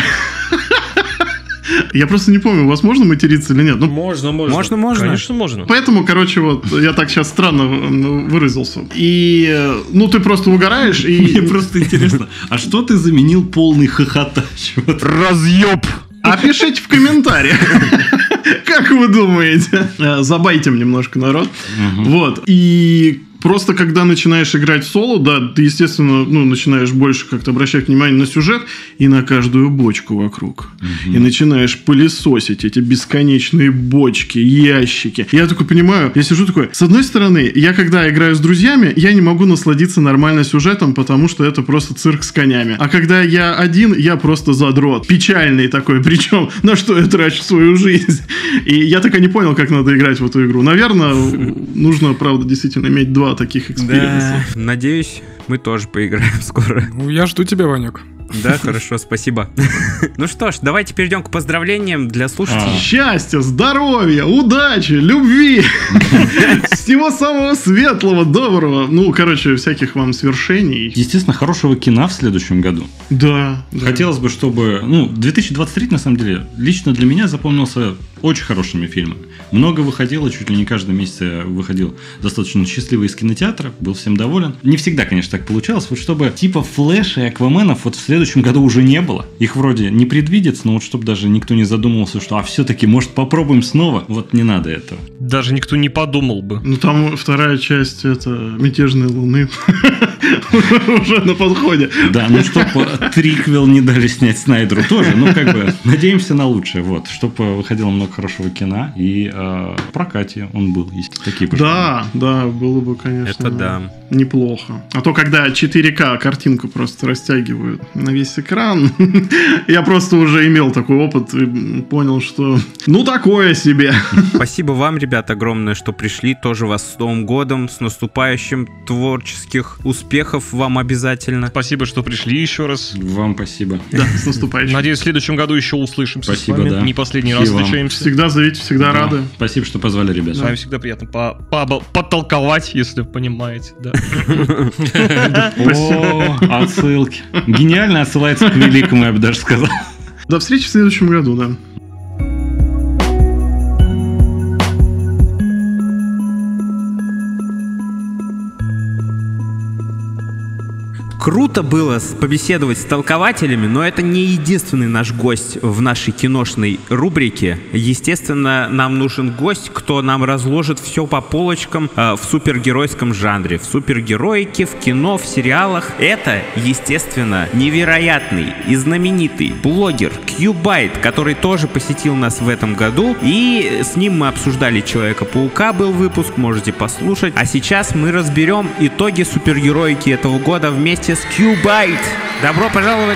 Я просто не помню, у вас можно материться или нет? Ну, Можно. Конечно, можно. поэтому, короче, вот, я так сейчас странно выразился. И, ну, ты просто угораешь, и... Мне просто интересно, а что ты заменил полный хохотач? Разъеб! А пишите в комментариях, как вы думаете. Забайтим немножко, народ. Вот. И Просто когда начинаешь играть соло, да, ты, естественно, начинаешь больше как-то обращать внимание на сюжет и на каждую бочку вокруг. И начинаешь пылесосить эти бесконечные бочки, ящики. Я такой понимаю, я сижу такой, с одной стороны, я когда играю с друзьями, я не могу насладиться нормально сюжетом, потому что это просто цирк с конями. А когда я один, я просто задрот. Печальный такой, причем на что я трачу свою жизнь. И я так и не понял, как надо играть в эту игру. Наверное, нужно, правда, действительно иметь 2 таких экспириенса. Да, надеюсь, мы тоже поиграем скоро. Ну, я жду тебя, Ванек. Да, хорошо, спасибо. Ну что ж, давайте перейдем к поздравлениям для слушателей. Счастья, здоровья, удачи, любви, всего самого светлого, доброго. Всяких вам свершений. Естественно, хорошего кино в следующем году. Да. Хотелось бы, чтобы... 2023, на самом деле, лично для меня запомнился очень хорошими фильмами. Много выходило, чуть ли не каждый месяц я выходил достаточно счастливый из кинотеатра, был всем доволен. Не всегда, конечно, так получалось. Вот чтобы типа Флэша и Акваменов в следующем году уже не было. Их вроде не предвидится, но чтобы даже никто не задумывался, что все-таки, может, попробуем снова. Вот не надо этого. Даже никто не подумал бы. Там вторая часть, это «Мятежной луны». Уже на подходе. Да, чтобы триквел не дали снять Снайдеру тоже. Надеемся на лучшее. Вот, чтобы выходило много хорошего кино. И в прокате он был. Есть такие пожелания. Да, было бы, конечно. Это да. Неплохо. А то, когда 4К картинку просто растягивают на весь экран, я просто уже имел такой опыт и понял, что такое себе. Спасибо вам, ребят, огромное, что пришли. Тоже вас с Новым годом, с наступающим, творческих успехов вам обязательно. Спасибо, что пришли еще раз. Вам спасибо. Да, с наступающим. Надеюсь, в следующем году еще услышимся. Спасибо, с вами. да. Не последний И раз вам. встречаемся. Всегда зовите, всегда рады. Спасибо, что позвали, ребят. С вами всегда приятно потолковать, если вы понимаете. Да. О, отсылки. Гениально отсылается к великому, я бы даже сказал. До встречи в следующем году, да. Круто было побеседовать с толкователями, но это не единственный наш гость в нашей киношной рубрике. Естественно, нам нужен гость, кто нам разложит все по полочкам в супергеройском жанре, в супергероике, в кино, в сериалах. Это, естественно, невероятный и знаменитый блогер Кьюбайт, который тоже посетил нас в этом году. И с ним мы обсуждали Человека-паука, был выпуск, можете послушать. А сейчас мы разберем итоги супергероики этого года вместе с Кьюбайт. Добро пожаловать!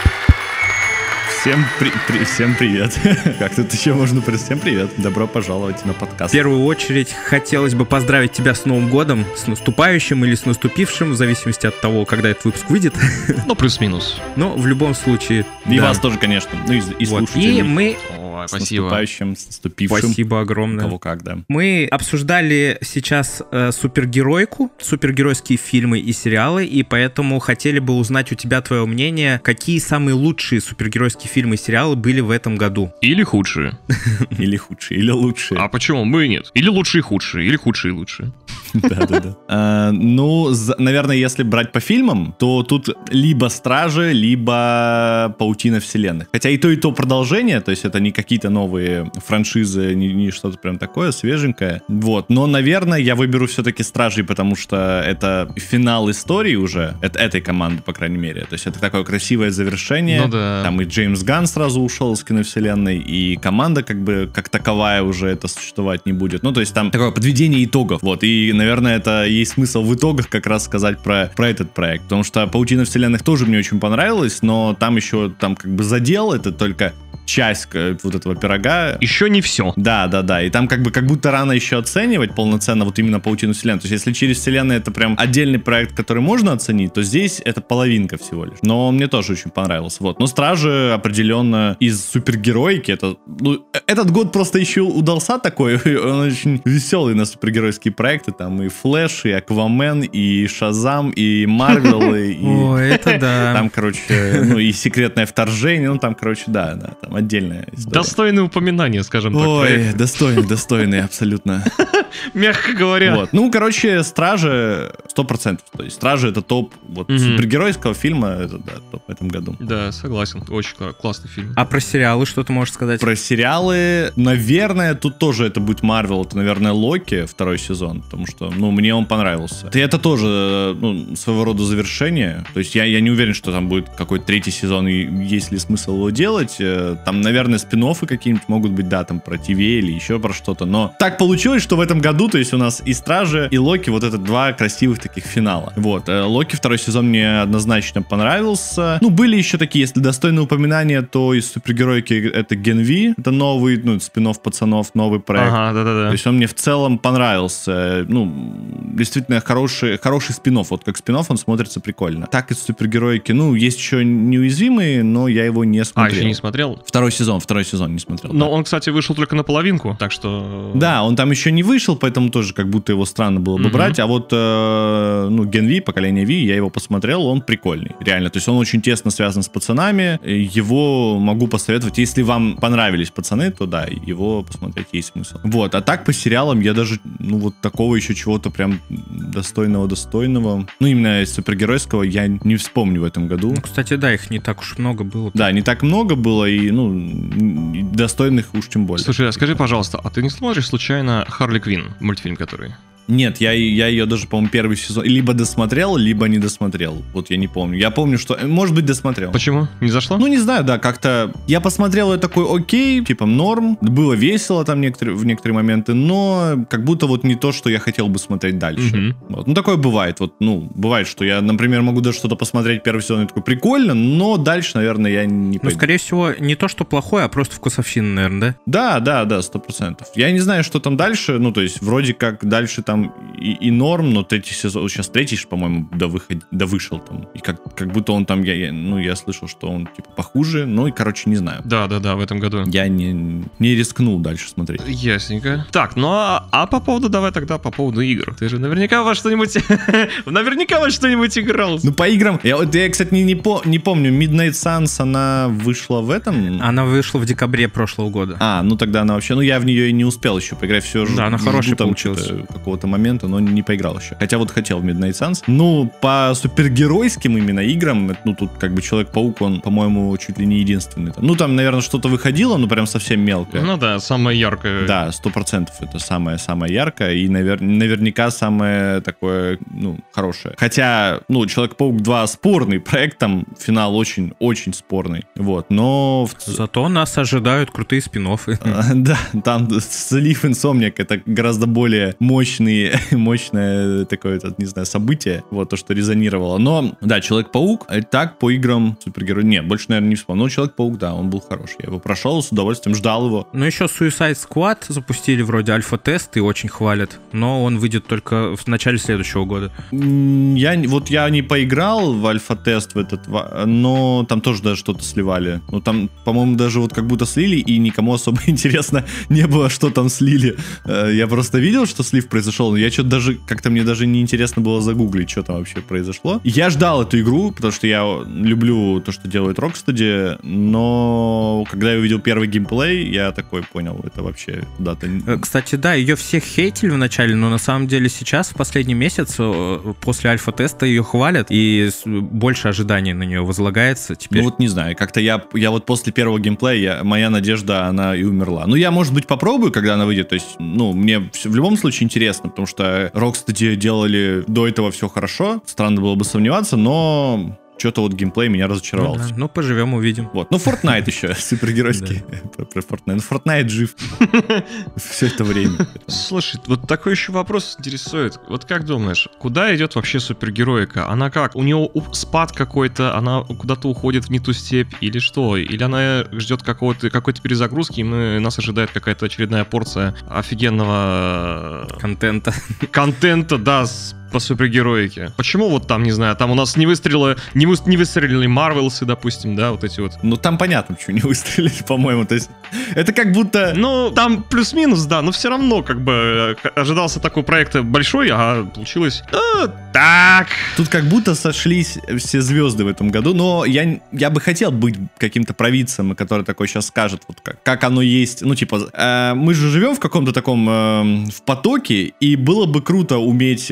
Всем привет. Как тут еще можно? Всем привет. Добро пожаловать на подкаст. В первую очередь хотелось бы поздравить тебя с Новым годом, с наступающим или с наступившим, в зависимости от того, когда этот выпуск выйдет. Плюс-минус. Но в любом случае... И да. вас тоже, конечно. И Вот. слушателей. И мы... С наступающим, с наступившим. Спасибо огромное. Кого как, да. Мы обсуждали сейчас супергеройку, супергеройские фильмы и сериалы, и поэтому хотели бы узнать у тебя твое мнение, какие самые лучшие супергеройские фильмы и сериалы были в этом году. Или худшие. Или худшие, или лучшие. А почему? Мы и нет. Или лучшие и худшие, или худшие и лучшие. Да. Наверное, если брать по фильмам, то тут либо «Стражи», либо «Паутина вселенных». Хотя и то продолжение, то есть это не какие-то новые франшизы, не что-то прям такое, свеженькое. Вот. Но, наверное, я выберу все-таки «Стражей», потому что это финал истории уже, этой команды, по крайней мере. То есть это такое красивое завершение. Ну да. Там и Джеймс Ганн сразу ушел из киновселенной, и команда как таковая уже это существовать не будет. То есть там такое подведение итогов. Вот. И, наверное, это есть смысл в итогах как раз сказать про этот проект. Потому что «Паутина вселенных» тоже мне очень понравилась, но там еще задел, это только часть вот этого пирога. Еще не все. Да. И там как будто рано еще оценивать полноценно вот именно «Паутину вселенной». То есть если через вселенную это прям отдельный проект, который можно оценить, то здесь это половинка всего лишь. Но он мне тоже очень понравился. Вот. Но «Стражи» определенно из супергероики. Этот год просто еще удался такой. Он очень веселый на супергеройские проекты. Там и «Флэш», и «Аквамен», и «Шазам», и «Марвел», и... О, это да. Там, и «Секретное вторжение». Там, там отдельная история. Достойное упоминание, скажем так. Ой, достойный, абсолютно. Мягко говоря. Вот. «Стражи» 100%. То есть «Стражи» — это топ супергеройского фильма, это, да, топ в этом году. Да, согласен. Очень классный фильм. А про сериалы что ты можешь сказать? Про сериалы, наверное, тут тоже это будет Марвел, это, наверное, Локи, 2 сезон, потому что, мне он понравился. И это тоже, своего рода завершение. То есть я не уверен, что там будет какой-то 3 сезон, и есть ли смысл его делать. Там, наверное, спин-оффы какие-нибудь могут быть, да, там про ТВ или еще про что-то. Но так получилось, что в этом году, то есть у нас и Стражи, и Локи, вот это 2 красивых таких финала. Вот. Локи 2 сезон мне однозначно понравился. Были еще такие, если достойные упоминания, то из супергеройки это Gen V, это новый, спин-офф пацанов, новый проект. Ага, да-да-да. То есть он мне в целом понравился. Действительно хороший спин-офф. Вот как спин-офф он смотрится прикольно. Так из супергеройки, есть еще неуязвимые, но я его не смотрел. Еще не смотрел? Второй сезон не смотрел. Но он, кстати, вышел только наполовинку, так что... Да, он там еще не вышел, поэтому тоже как будто его странно было бы брать. А вот, Gen V, поколение V, я его посмотрел, он прикольный. Реально, то есть он очень тесно связан с пацанами. Его могу посоветовать. Если вам понравились пацаны, то да, его посмотреть есть смысл. Вот, а так по сериалам я даже, такого еще чего-то прям достойного. Именно из супергеройского я не вспомню в этом году. Кстати, да, их не так уж много было. Да, не так много было, и, достойных уж тем более. Слушай, а скажи, пожалуйста, а ты не смотришь случайно Харли Квинн, мультфильм который? Нет, я ее даже, по-моему, 1 сезон либо досмотрел, либо не досмотрел. Вот я не помню. Я помню, что, может быть, досмотрел. Почему? Не зашло? Не знаю, да, как-то... Я посмотрел, и такой, окей, типа норм. Было весело там в некоторые моменты, но как будто не то, что я хотел бы смотреть дальше. Вот. Такое бывает. Бывает, что я, например, могу даже что-то посмотреть 1 сезон, и такой, прикольно, но дальше, наверное, я не пойду. Скорее всего, не то, что плохое, а просто вкусовщина, наверное, да? Да, 100%. Я не знаю, что там дальше, то есть вроде как дальше там и норм, но 3 сезон, сейчас 3, по-моему, вышел там. И как будто он там, я слышал, что он типа похуже, не знаю. Да, в этом году. Я не рискнул дальше смотреть. Ясненько. Так, а по поводу игр. Ты же наверняка во что-нибудь играл. По играм, я, кстати, не помню, Midnight Suns, она вышла в этом? Она вышла в декабре прошлого года. Тогда она вообще, я в нее и не успел еще поиграть, все же. Да, она хорошая получилась. Какого-то момента, но не поиграл еще. Хотя хотел в Midnight Suns. По супергеройским именно играм, тут Человек-паук, он, по-моему, чуть ли не единственный. Там, наверное, что-то выходило, прям совсем мелкое. Да, самое яркое. Да, 100% это самое яркое и наверняка самое такое, хорошее. Хотя, Человек-паук 2 спорный проект, там финал очень-очень спорный. Вот, но... Зато нас ожидают крутые спин-оффы. Да, там Leaf Insomniac это гораздо более мощное такое, не знаю, событие, то, что резонировало. Но, да, Человек-паук, так по играм супергерой. Нет, больше, наверное, не вспомнил. Но Человек-паук, да, он был хороший. Я его прошел, с удовольствием ждал его. Еще Suicide Squad запустили вроде альфа-тест и очень хвалят. Но он выйдет только в начале следующего года. Я не поиграл в альфа-тест но там тоже даже что-то сливали. Там, по-моему, даже как будто слили, и никому особо интересно не было, что там слили. Я просто видел, что слив произошел, но я что-то даже, как-то мне даже не интересно было загуглить, что там вообще произошло. Я ждал эту игру, потому что я люблю то, что делает Rocksteady, но когда я увидел первый геймплей, я такой понял, это вообще куда-то... Кстати, да, ее все хейтили вначале, но на самом деле сейчас, в последний месяц, после альфа-теста ее хвалят, и больше ожиданий на нее возлагается теперь. Не знаю, как-то я после первого геймплея, моя надежда, она и умерла. Я, может быть, попробую, когда она выйдет, то есть, мне в любом случае интересно, потому что Rocksteady делали до этого все хорошо, странно было бы сомневаться, но... Что-то геймплей меня разочаровал. Поживем, увидим. Fortnite еще, супергеройский. Про Fortnite. Fortnite жив. Все это время. Слушай, такой еще вопрос интересует. Как думаешь, куда идет вообще супергероика? Она как? У нее спад какой-то, она куда-то уходит в не ту степь или что? Или она ждет какой-то перезагрузки, и нас ожидает какая-то очередная порция офигенного... Контента, да, по супергероике. Почему там, не знаю, там у нас не выстрелили Марвелсы, допустим, да, эти вот. Там понятно, почему не выстрелили, по-моему, то есть это как будто... там плюс-минус, да, но все равно, ожидался такой проект большой, а получилось... так. Тут как будто сошлись все звезды в этом году, но я бы хотел быть каким-то провидцем, который такой сейчас скажет, как оно есть, мы же живем в каком-то таком в потоке, и было бы круто уметь, как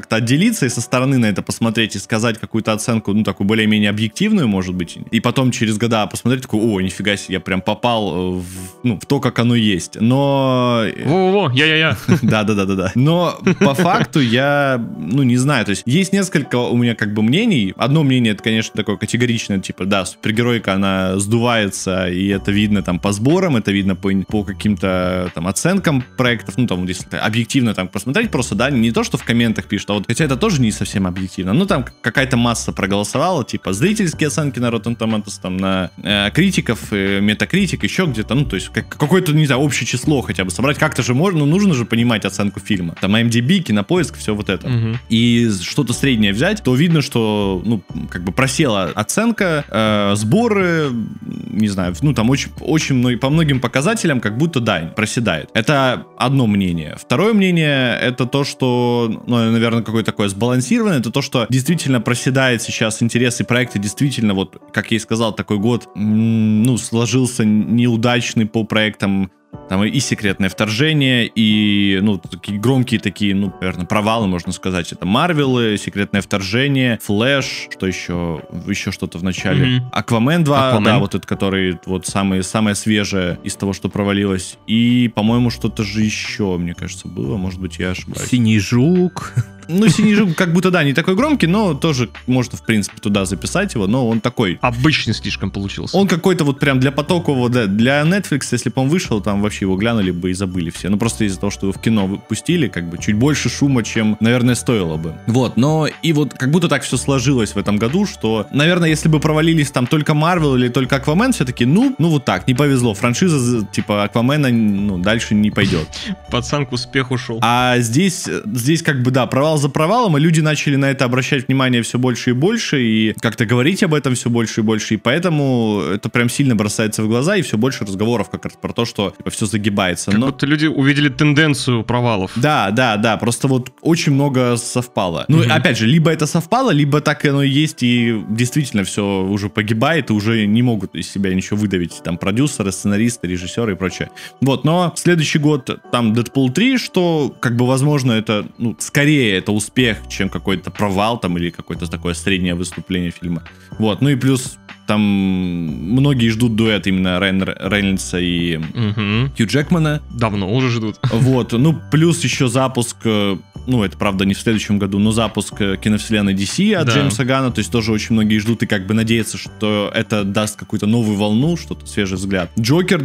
как-то отделиться и со стороны на это посмотреть и сказать какую-то оценку, ну, такую более-менее объективную, может быть, и потом через года посмотреть, такой, о, нифига себе, я прям попал в то, как оно есть. Но... Во-во-во, я. Да. Но по факту я, не знаю, то есть есть несколько у меня как бы мнений. Одно мнение, это, конечно, такое категоричное, типа, да, супергеройка, она сдувается, и это видно там по сборам, это видно по каким-то там оценкам проектов, ну, там, если объективно там посмотреть просто, да, не то, что в комментах пишут, а вот, хотя это тоже не совсем объективно, ну, там какая-то масса проголосовала, типа, зрительские оценки на Rotten Tomatoes, там, на критиков, Metacritic, еще где-то, ну, то есть какое-то, не знаю, общее число хотя бы собрать, как-то же можно, нужно же понимать оценку фильма, там, MDB, Кинопоиск, все вот это, и что-то среднее взять, то видно, что, ну, как бы просела оценка, сборы, не знаю, ну, там очень много, по многим показателям, как будто, да, проседает. Это одно мнение. Второе мнение, это то, что, ну, наверное, какое-то такое сбалансированное, это то, что действительно проседает сейчас интерес и проекты, действительно, вот, как я и сказал, такой год, ну, сложился неудачный по проектам. Там и секретное вторжение, и, ну, такие громкие такие, ну, наверное, провалы, можно сказать. Это Марвелы, секретное вторжение, Флэш, что еще что-то в начале. Аквамен 2, да, вот этот, который вот самое свежее из того, что провалилось. И, по-моему, что-то же еще, мне кажется, было. Может быть, я ошибаюсь. Синий жук. Ну, Синий жук как будто, да, не такой громкий, но тоже можно, в принципе, туда записать его, но он такой... Обычный слишком получился. Он какой-то вот прям для потокового, да, для Netflix, если бы он вышел, там вообще его глянули бы и забыли все. Ну, просто из-за того, что его в кино выпустили, как бы чуть больше шума, чем, наверное, стоило бы. Вот, но и вот как будто так все сложилось в этом году, что, наверное, если бы провалились там только Marvel или только Аквамен, все-таки, ну вот так, не повезло. Франшиза, типа, Аквамена, ну, дальше не пойдет. Пацан к успеху шел. А здесь как бы, да, провал за провалом, и люди начали на это обращать внимание все больше и больше, и как-то говорить об этом все больше и больше, и поэтому это прям сильно бросается в глаза, и все больше разговоров как раз про то, что типа, все загибается. Как будто люди увидели тенденцию провалов. Да, просто вот очень много совпало. Ну, опять же, либо это совпало, либо так оно и есть, и действительно все уже погибает, и уже не могут из себя ничего выдавить, там, продюсеры, сценаристы, режиссеры и прочее. Вот, но следующий год, там, Дэдпул 3, что, как бы, возможно, это, ну, скорее это успех, чем какой-то провал, там, или какое-то такое среднее выступление фильма. Вот, ну и плюс там многие ждут дуэт именно Райана Рейнольдса и Хью Джекмана. Давно уже ждут. Вот, ну плюс еще запуск, ну это правда не в следующем году, но запуск киновселенной DC от Джеймса Ганна, то есть тоже очень многие ждут и как бы надеются, что это даст какую-то новую волну, что-то свежий взгляд. Джокер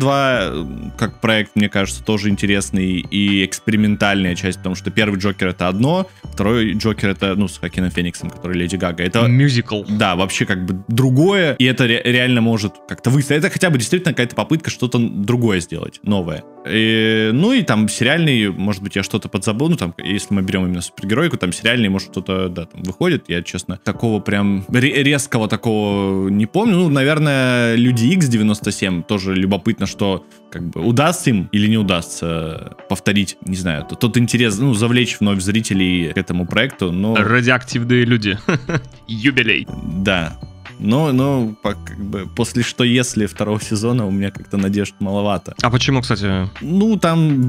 2 как проект, мне кажется, тоже интересный и экспериментальная часть, потому что первый Джокер это одно, второй Джокер это, ну, с Хоакином Фениксом, который Леди Гага. Это мюзикл. Да, вообще как бы другое, и это реально может как-то выставить. Это хотя бы действительно какая-то попытка что-то другое сделать, новое. Ну и там сериальный, может быть, я что-то подзабыл, ну там, если мы берем именно супергеройку, там сериальный, может, что-то, да, там выходит, я, честно, такого прям резкого такого не помню. Ну, наверное, Люди Икс 97, тоже любопытно, что как бы удастся им или не удастся повторить, не знаю, тот интерес, ну, завлечь вновь зрителей к этому проекту, но... Радиоактивные люди. Юбилей. Да. Но как бы после «Что если» второго сезона у меня как-то надежд маловато. А почему, кстати? Ну, там...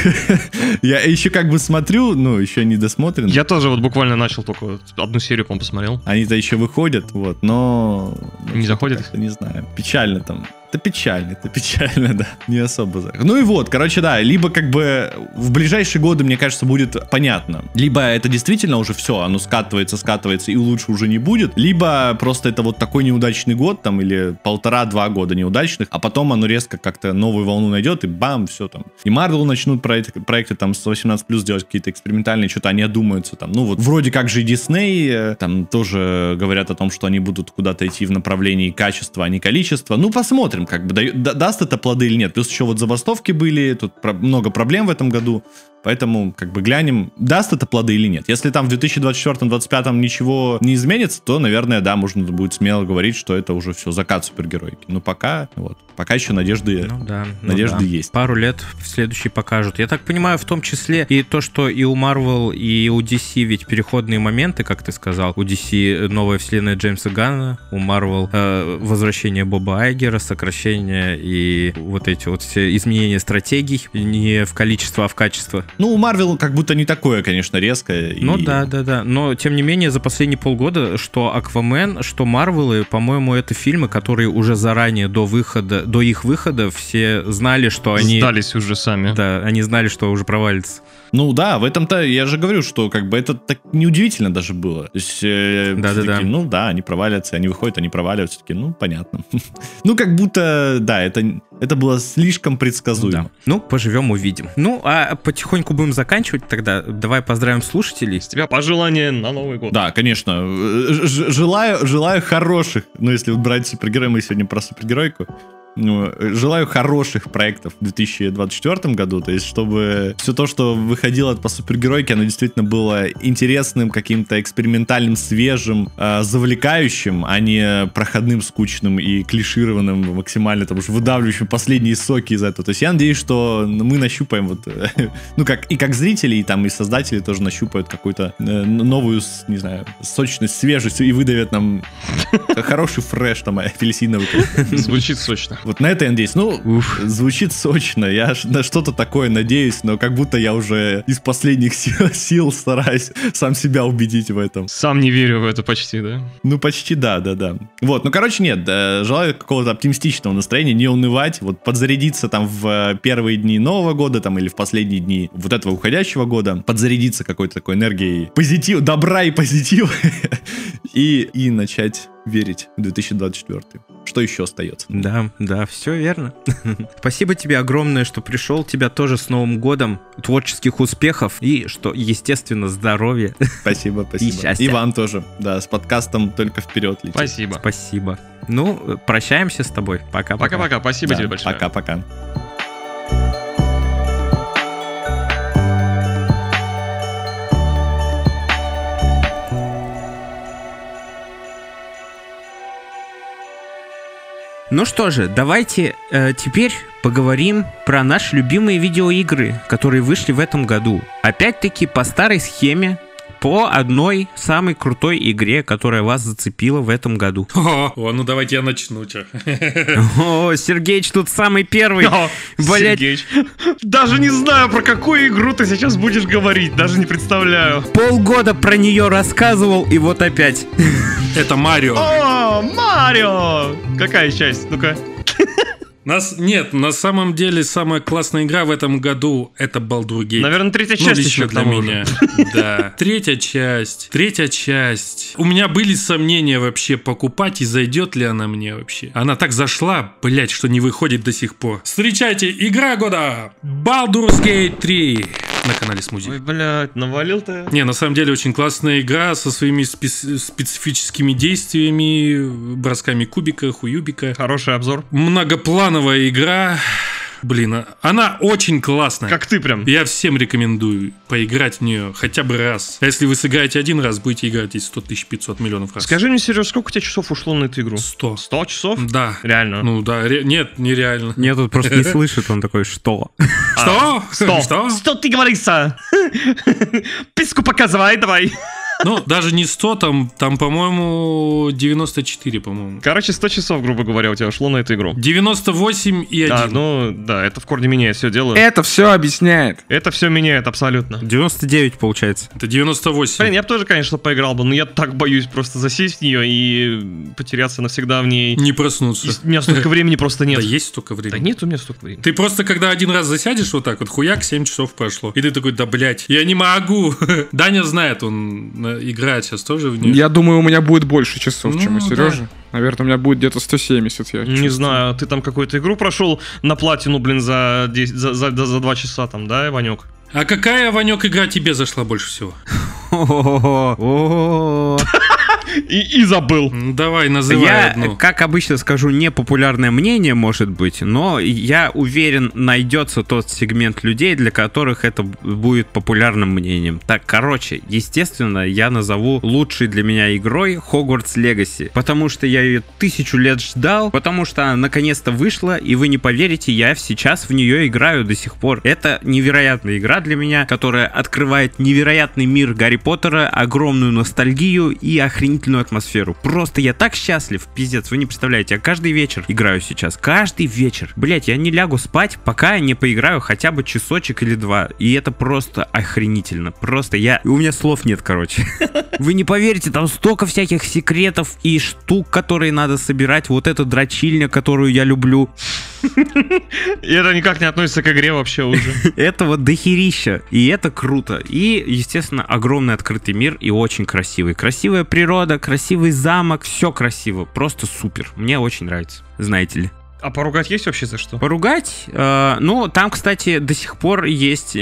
Я еще как бы смотрю, ну, еще не досмотрен. Я тоже вот буквально начал только одну серию, по-моему, посмотрел. Они-то еще выходят, вот, но... Не заходят? Не знаю, печально там. Это печально, да. Не особо. Ну и вот, короче, да, либо как бы в ближайшие годы, мне кажется, будет понятно. Либо это действительно уже все, оно скатывается, и лучше уже не будет. Либо просто это вот такой неудачный год, там, или 1,5-2 года неудачных, а потом оно резко как-то новую волну найдет, и бам, все там. И Marvel начнут проекты там с 18+, делать какие-то экспериментальные, что-то они одумаются там. Ну вот, вроде как же и Disney, там тоже говорят о том, что они будут куда-то идти в направлении качества, а не количества. Ну, посмотрим, как бы даст это плоды или нет. Плюс еще вот забастовки были, тут много проблем в этом году, поэтому как бы глянем, даст это плоды или нет. Если там в 2024-2025 ничего не изменится, то, наверное, да, можно будет смело говорить, что это уже все закат супергеройки. Но пока еще надежды есть. Пару лет в следующий покажут. Я так понимаю, в том числе и то, что и у Marvel, и у DC ведь переходные моменты, как ты сказал. У DC новая вселенная Джеймса Ганна, у Marvel возвращение Боба Айгера, сокращение и вот эти вот все изменения стратегий не в количество, а в качество. Ну, у Marvel как будто не такое, конечно, резкое. Ну да. Но, тем не менее, за последние полгода, что Аквамен, что Марвелы, по-моему, это фильмы, которые уже заранее, до их выхода, все знали, что они... Сдались уже сами. Да, они знали, что уже провалится. Ну да, в этом-то я же говорю, что как бы это так неудивительно даже было. То есть, Да. ну да, они провалятся, они выходят, они проваливаются, такие, ну понятно. Ну как будто, да, это было слишком предсказуемо. Да. Ну, поживем, увидим. Ну, а потихоньку будем заканчивать тогда. Давай поздравим слушателей. С тебя пожелания на Новый год. Да, конечно. Желаю хороших, ну если вот брать супергероя, мы сегодня про супергеройку, желаю хороших проектов в 2024 году, то есть чтобы все то, что выходило по супергеройке, оно действительно было интересным, каким-то экспериментальным, свежим, завлекающим, а не проходным, скучным и клишированным, максимально там уж выдавливающим последние соки из этого. То есть я надеюсь, что мы нащупаем вот, ну как зрители, и там и создатели тоже нащупают какую-то новую, не знаю, сочность, свежесть и выдавят нам хороший фреш там апельсиновый. Звучит сочно. Вот на это я надеюсь. Ну, звучит сочно. Я на что-то такое надеюсь, но как будто я уже из последних сил стараюсь сам себя убедить в этом. Сам не верю в это почти, да? Ну, почти да. Вот, ну, короче, нет. Желаю какого-то оптимистичного настроения, не унывать, вот подзарядиться там в первые дни Нового года там или в последние дни вот этого уходящего года, подзарядиться какой-то такой энергией позитива, добра и позитива и начать верить в 2024. Что еще остается? Да, все верно. Спасибо тебе огромное, что пришел. Тебя тоже с Новым годом, творческих успехов и, что, естественно, здоровья. Спасибо. И счастья. И вам тоже. Да, с подкастом только вперед летим. Спасибо. Ну, прощаемся с тобой. Пока. Пока-пока. Спасибо тебе большое. Пока-пока. Ну что же, давайте теперь поговорим про наши любимые видеоигры, которые вышли в этом году. Опять-таки по старой схеме, по одной самой крутой игре, которая вас зацепила в этом году. Ну давайте я начну, чё. О, Сергеич тут самый первый. Блять. Сергеич, даже не знаю, про какую игру ты сейчас будешь говорить, даже не представляю. Полгода про нее рассказывал, и вот опять. Это Марио. О, Марио! Какая часть? Ну-ка. Нет, на самом деле самая классная игра в этом году — это Baldur's Gate. Наверное, третья часть лично еще для меня. Да. Третья часть. У меня были сомнения вообще, покупать и зайдет ли она мне вообще. Она так зашла, блять, что не выходит до сих пор. Встречайте, игра года! Baldur's Gate 3 на канале Смузи. Ой, блядь, навалил ты. Не, на самом деле очень классная игра со своими специфическими действиями, бросками кубика, хуюбика. Хороший обзор. Многоплановая игра. Блин, она очень классная. Как ты прям. Я всем рекомендую поиграть в нее хотя бы раз. А если вы сыграете один раз, будете играть 100 500 миллионов раз. Скажи мне, Сереж, сколько у тебя часов ушло на эту игру? 100. 100 часов? Да. Реально? Ну да, нет, нереально. Нет, тут просто не слышит, он такой, что? Что? 100. Что? 100 ты говоришься. Писку показывай, давай. Ну, даже не 100, там, по-моему, 94, по-моему. Короче, 100 часов, грубо говоря, у тебя ушло на эту игру. 98 и 1. Да, ну, да, это в корне меняет все дело. Это все объясняет. Это все меняет абсолютно. 99 получается. Это 98. Блин, я бы тоже, конечно, поиграл бы, но я так боюсь просто засесть в нее и потеряться навсегда в ней. Не проснуться. И у меня столько времени просто нет. Да есть столько Да времени. нет у меня столько времени. Ты просто, когда один раз засядешь вот так вот, хуяк, 7 часов прошло. И ты такой, да, блядь, я не могу. Даня знает, он играет сейчас тоже в нее. Я думаю, у меня будет больше часов, чем у Ну, Сережи. да. Наверное, у меня будет где-то 170. Я Не чувствую. знаю, ты там какую-то игру прошел на платину, блин, за 2 часа там, да, Ванек? А какая, Ванек, игра тебе зашла больше всего? И забыл. Ну, давай, называй Я, одну. как обычно скажу, непопулярное мнение, может быть, но я уверен, найдется тот сегмент людей, для которых это будет популярным мнением. Так, короче, естественно, я назову лучшей для меня игрой Hogwarts Legacy, потому что я ее 1000 лет ждал, потому что она наконец-то вышла, и вы не поверите, я сейчас в нее играю до сих пор. Это невероятная игра для меня, которая открывает невероятный мир Гарри Поттера, огромную ностальгию и охренительную охренительную атмосферу. Просто я так счастлив, пиздец, вы не представляете. Я каждый вечер играю сейчас. Каждый вечер. Блять, я не лягу спать, пока я не поиграю хотя бы часочек или два. И это просто охренительно. Просто у меня слов нет, короче. Вы не поверите, там столько всяких секретов и штук, которые надо собирать. Вот эта дрочильня, которую я люблю. И это никак не относится к игре вообще уже. Это вот дохерища. И это круто. И, естественно, огромный открытый мир и очень красивый. Красивая природа, красивый замок. Все красиво. Просто супер. Мне очень нравится. Знаете ли. А поругать есть вообще за что? Поругать? Ну, там, кстати, до сих пор есть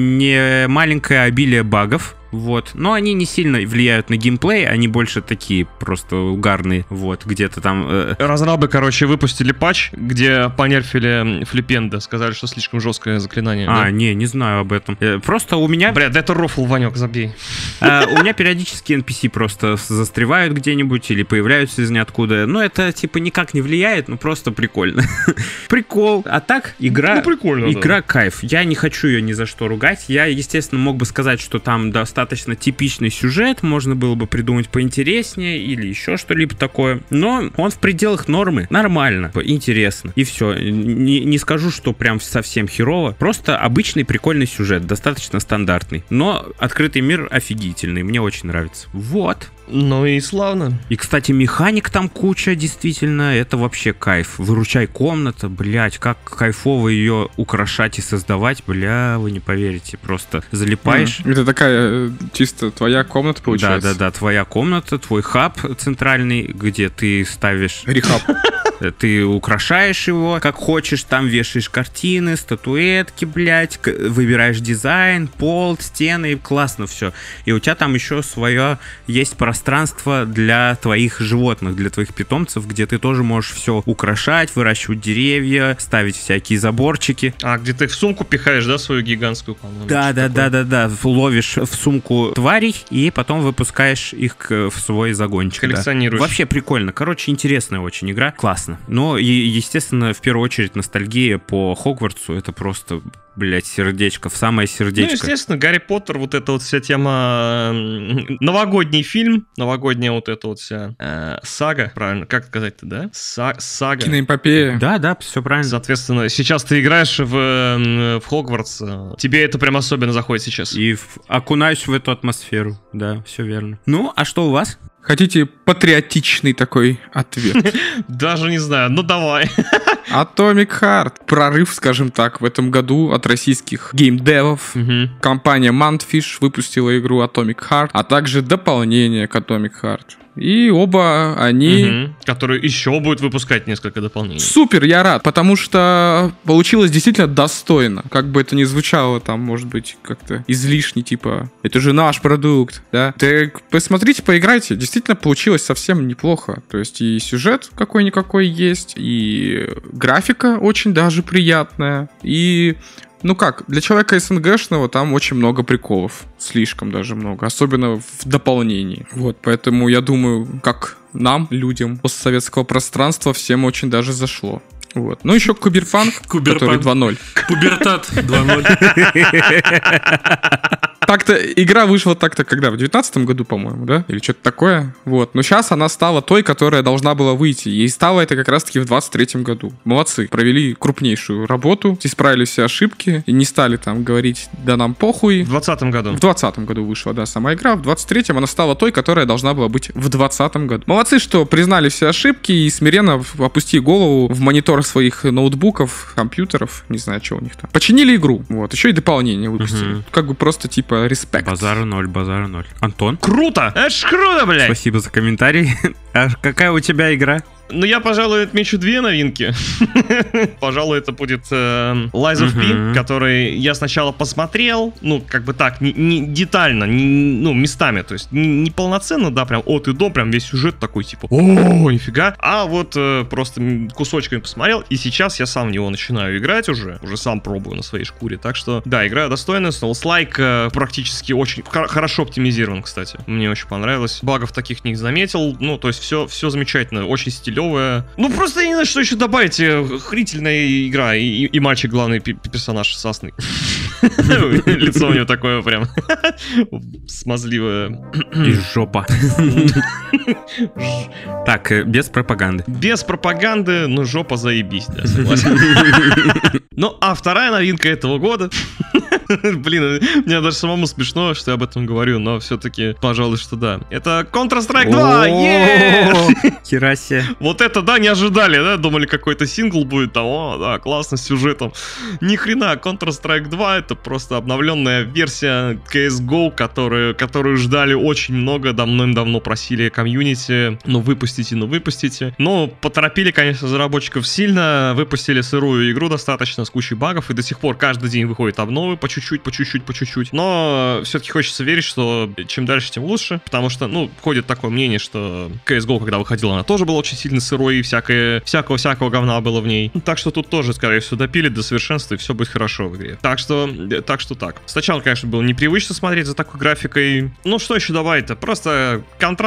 не маленькое обилие багов. Вот. Но они не сильно влияют на геймплей, они больше такие просто угарные. Вот, где-то там... Разрабы, короче, выпустили патч, где понерфили Флипенда, сказали, что слишком жесткое заклинание. Да? Не знаю об этом. Просто у меня... Бля, да это рофл, Ванек, забей. У меня периодически NPC просто застревают где-нибудь или появляются из ниоткуда. Ну, это, типа, никак не влияет, но просто прикольно. Прикол. А так, игра... Ну, прикольно, игра кайф. Я не хочу ее ни за что ругать. Я, естественно, мог бы сказать, что там достаточно типичный сюжет, можно было бы придумать поинтереснее или еще что-либо такое, но он в пределах нормы, нормально, интересно, и все. Не скажу, что прям совсем херово, просто обычный прикольный сюжет, достаточно стандартный, но открытый мир офигительный, мне очень нравится. Вот. Ну и славно. И, кстати, механик там куча, действительно, это вообще кайф. Выручай комната, блять, как кайфово ее украшать и создавать, бля, вы не поверите, просто залипаешь. Это такая чисто твоя комната получается? Да, твоя комната, твой хаб центральный, где ты ставишь... Рехаб. Ты украшаешь его, как хочешь, там вешаешь картины, статуэтки, блять, выбираешь дизайн, пол, стены, классно все. И у тебя там еще свое есть пространство для твоих животных, для твоих питомцев, где ты тоже можешь все украшать, выращивать деревья, ставить всякие заборчики. А, где ты в сумку пихаешь, да, свою гигантскую, по-моему? Да, ловишь в сумку тварей и потом выпускаешь их в свой загончик. Коллекционируешь. Да. Вообще прикольно. Короче, интересная очень игра. Классно. Но, естественно, в первую очередь ностальгия по Хогвартсу. Это просто, блять, сердечко, в самое сердечко. Ну, естественно, Гарри Поттер, вот эта вот вся тема, новогодний фильм, новогодняя вот эта вот вся сага, правильно, как сказать-то, да? Сага. Киноэпопея. Да, все правильно. Соответственно, сейчас ты играешь в Хогвартс, тебе это прям особенно заходит сейчас. И окунаюсь в эту атмосферу, да, все верно. Ну, а что у вас? Хотите патриотичный такой ответ? Даже не знаю, ну давай. Atomic Heart. Прорыв, скажем так, в этом году от российских геймдевов. Компания Mantfish выпустила игру Atomic Heart, а также дополнение к Atomic Heart. И оба они... Которые еще будут выпускать несколько дополнений. Супер, я рад, потому что получилось действительно достойно. Как бы это ни звучало, там, может быть, как-то излишне, типа, это же наш продукт, да? Ты посмотрите, поиграйте, действительно получилось совсем неплохо. То есть и сюжет какой-никакой есть, и графика очень даже приятная, и... Ну как, для человека СНГшного там очень много приколов. Слишком даже много. Особенно в дополнении. Вот, поэтому я думаю, как нам, людям постсоветского пространства, всем очень даже зашло. Вот. Ну еще Куберпанк, который 2.0. Пубертат 2.0. Так-то игра вышла так-то когда? В 19 году, по-моему, да? Или что-то такое. Вот. Но сейчас она стала той, которая должна была выйти. И стало это как раз-таки в 23 году. Молодцы. Провели крупнейшую работу, исправили все ошибки, и не стали там говорить, да нам похуй. В 20 году. В 20 году вышла, да, сама игра. В 23-м она стала той, которая должна была быть в 20 году. Молодцы, что признали все ошибки и смиренно опусти голову в монитор своих ноутбуков, компьютеров, не знаю, что у них там. Починили игру. Вот. Еще и дополнение выпустили. Как бы просто типа респект. Базара 0. Антон? Круто! Это ж круто, блядь! Спасибо за комментарий. А какая у тебя игра? Ну, я, пожалуй, отмечу две новинки. Пожалуй, это будет Lies of P, который я сначала посмотрел, ну, как бы так, не детально, ну, местами, то есть не полноценно, да, прям от и до, прям весь сюжет такой, типа, о, нифига, а вот просто кусочками посмотрел, и сейчас я сам в него начинаю играть уже сам пробую на своей шкуре, так что, да, игра достойная, Souls-like практически очень хорошо оптимизирован, кстати, мне очень понравилось, багов таких не заметил, ну, то есть все замечательно, очень стилевое. Ну, просто я не знаю, что еще добавить. Охренительная игра. И мальчик, главный персонаж, сасный. Лицо у него такое прям смазливое. И жопа. Так, без пропаганды. Без пропаганды, но жопа заебись, да, согласен. Ну, а вторая новинка этого года... Блин, мне даже самому смешно, что я об этом говорю, но все-таки, пожалуй, что да. Это Counter-Strike 2! Херасе. Вот это, да, не ожидали, да? Думали, какой-то сингл будет, там, о, да, классно, с сюжетом. Ни хрена, Counter-Strike 2 это просто обновленная версия CSGO, которую ждали очень много, давным-давно просили комьюнити, ну выпустите. Но поторопили, конечно, разработчиков сильно, выпустили сырую игру достаточно, с кучей багов, и до сих пор каждый день выходят обновы по чуть-чуть. Но все-таки хочется верить, что чем дальше, тем лучше, потому что, ну, ходит такое мнение, что CSGO, когда выходила, она тоже была очень сильно сырой, и всякого говна было в ней. Так что тут тоже, скорее всего, допилят до совершенства, и все будет хорошо в игре. Так что так. Сначала, конечно, было непривычно смотреть за такой графикой. Ну, что еще добавить-то? Просто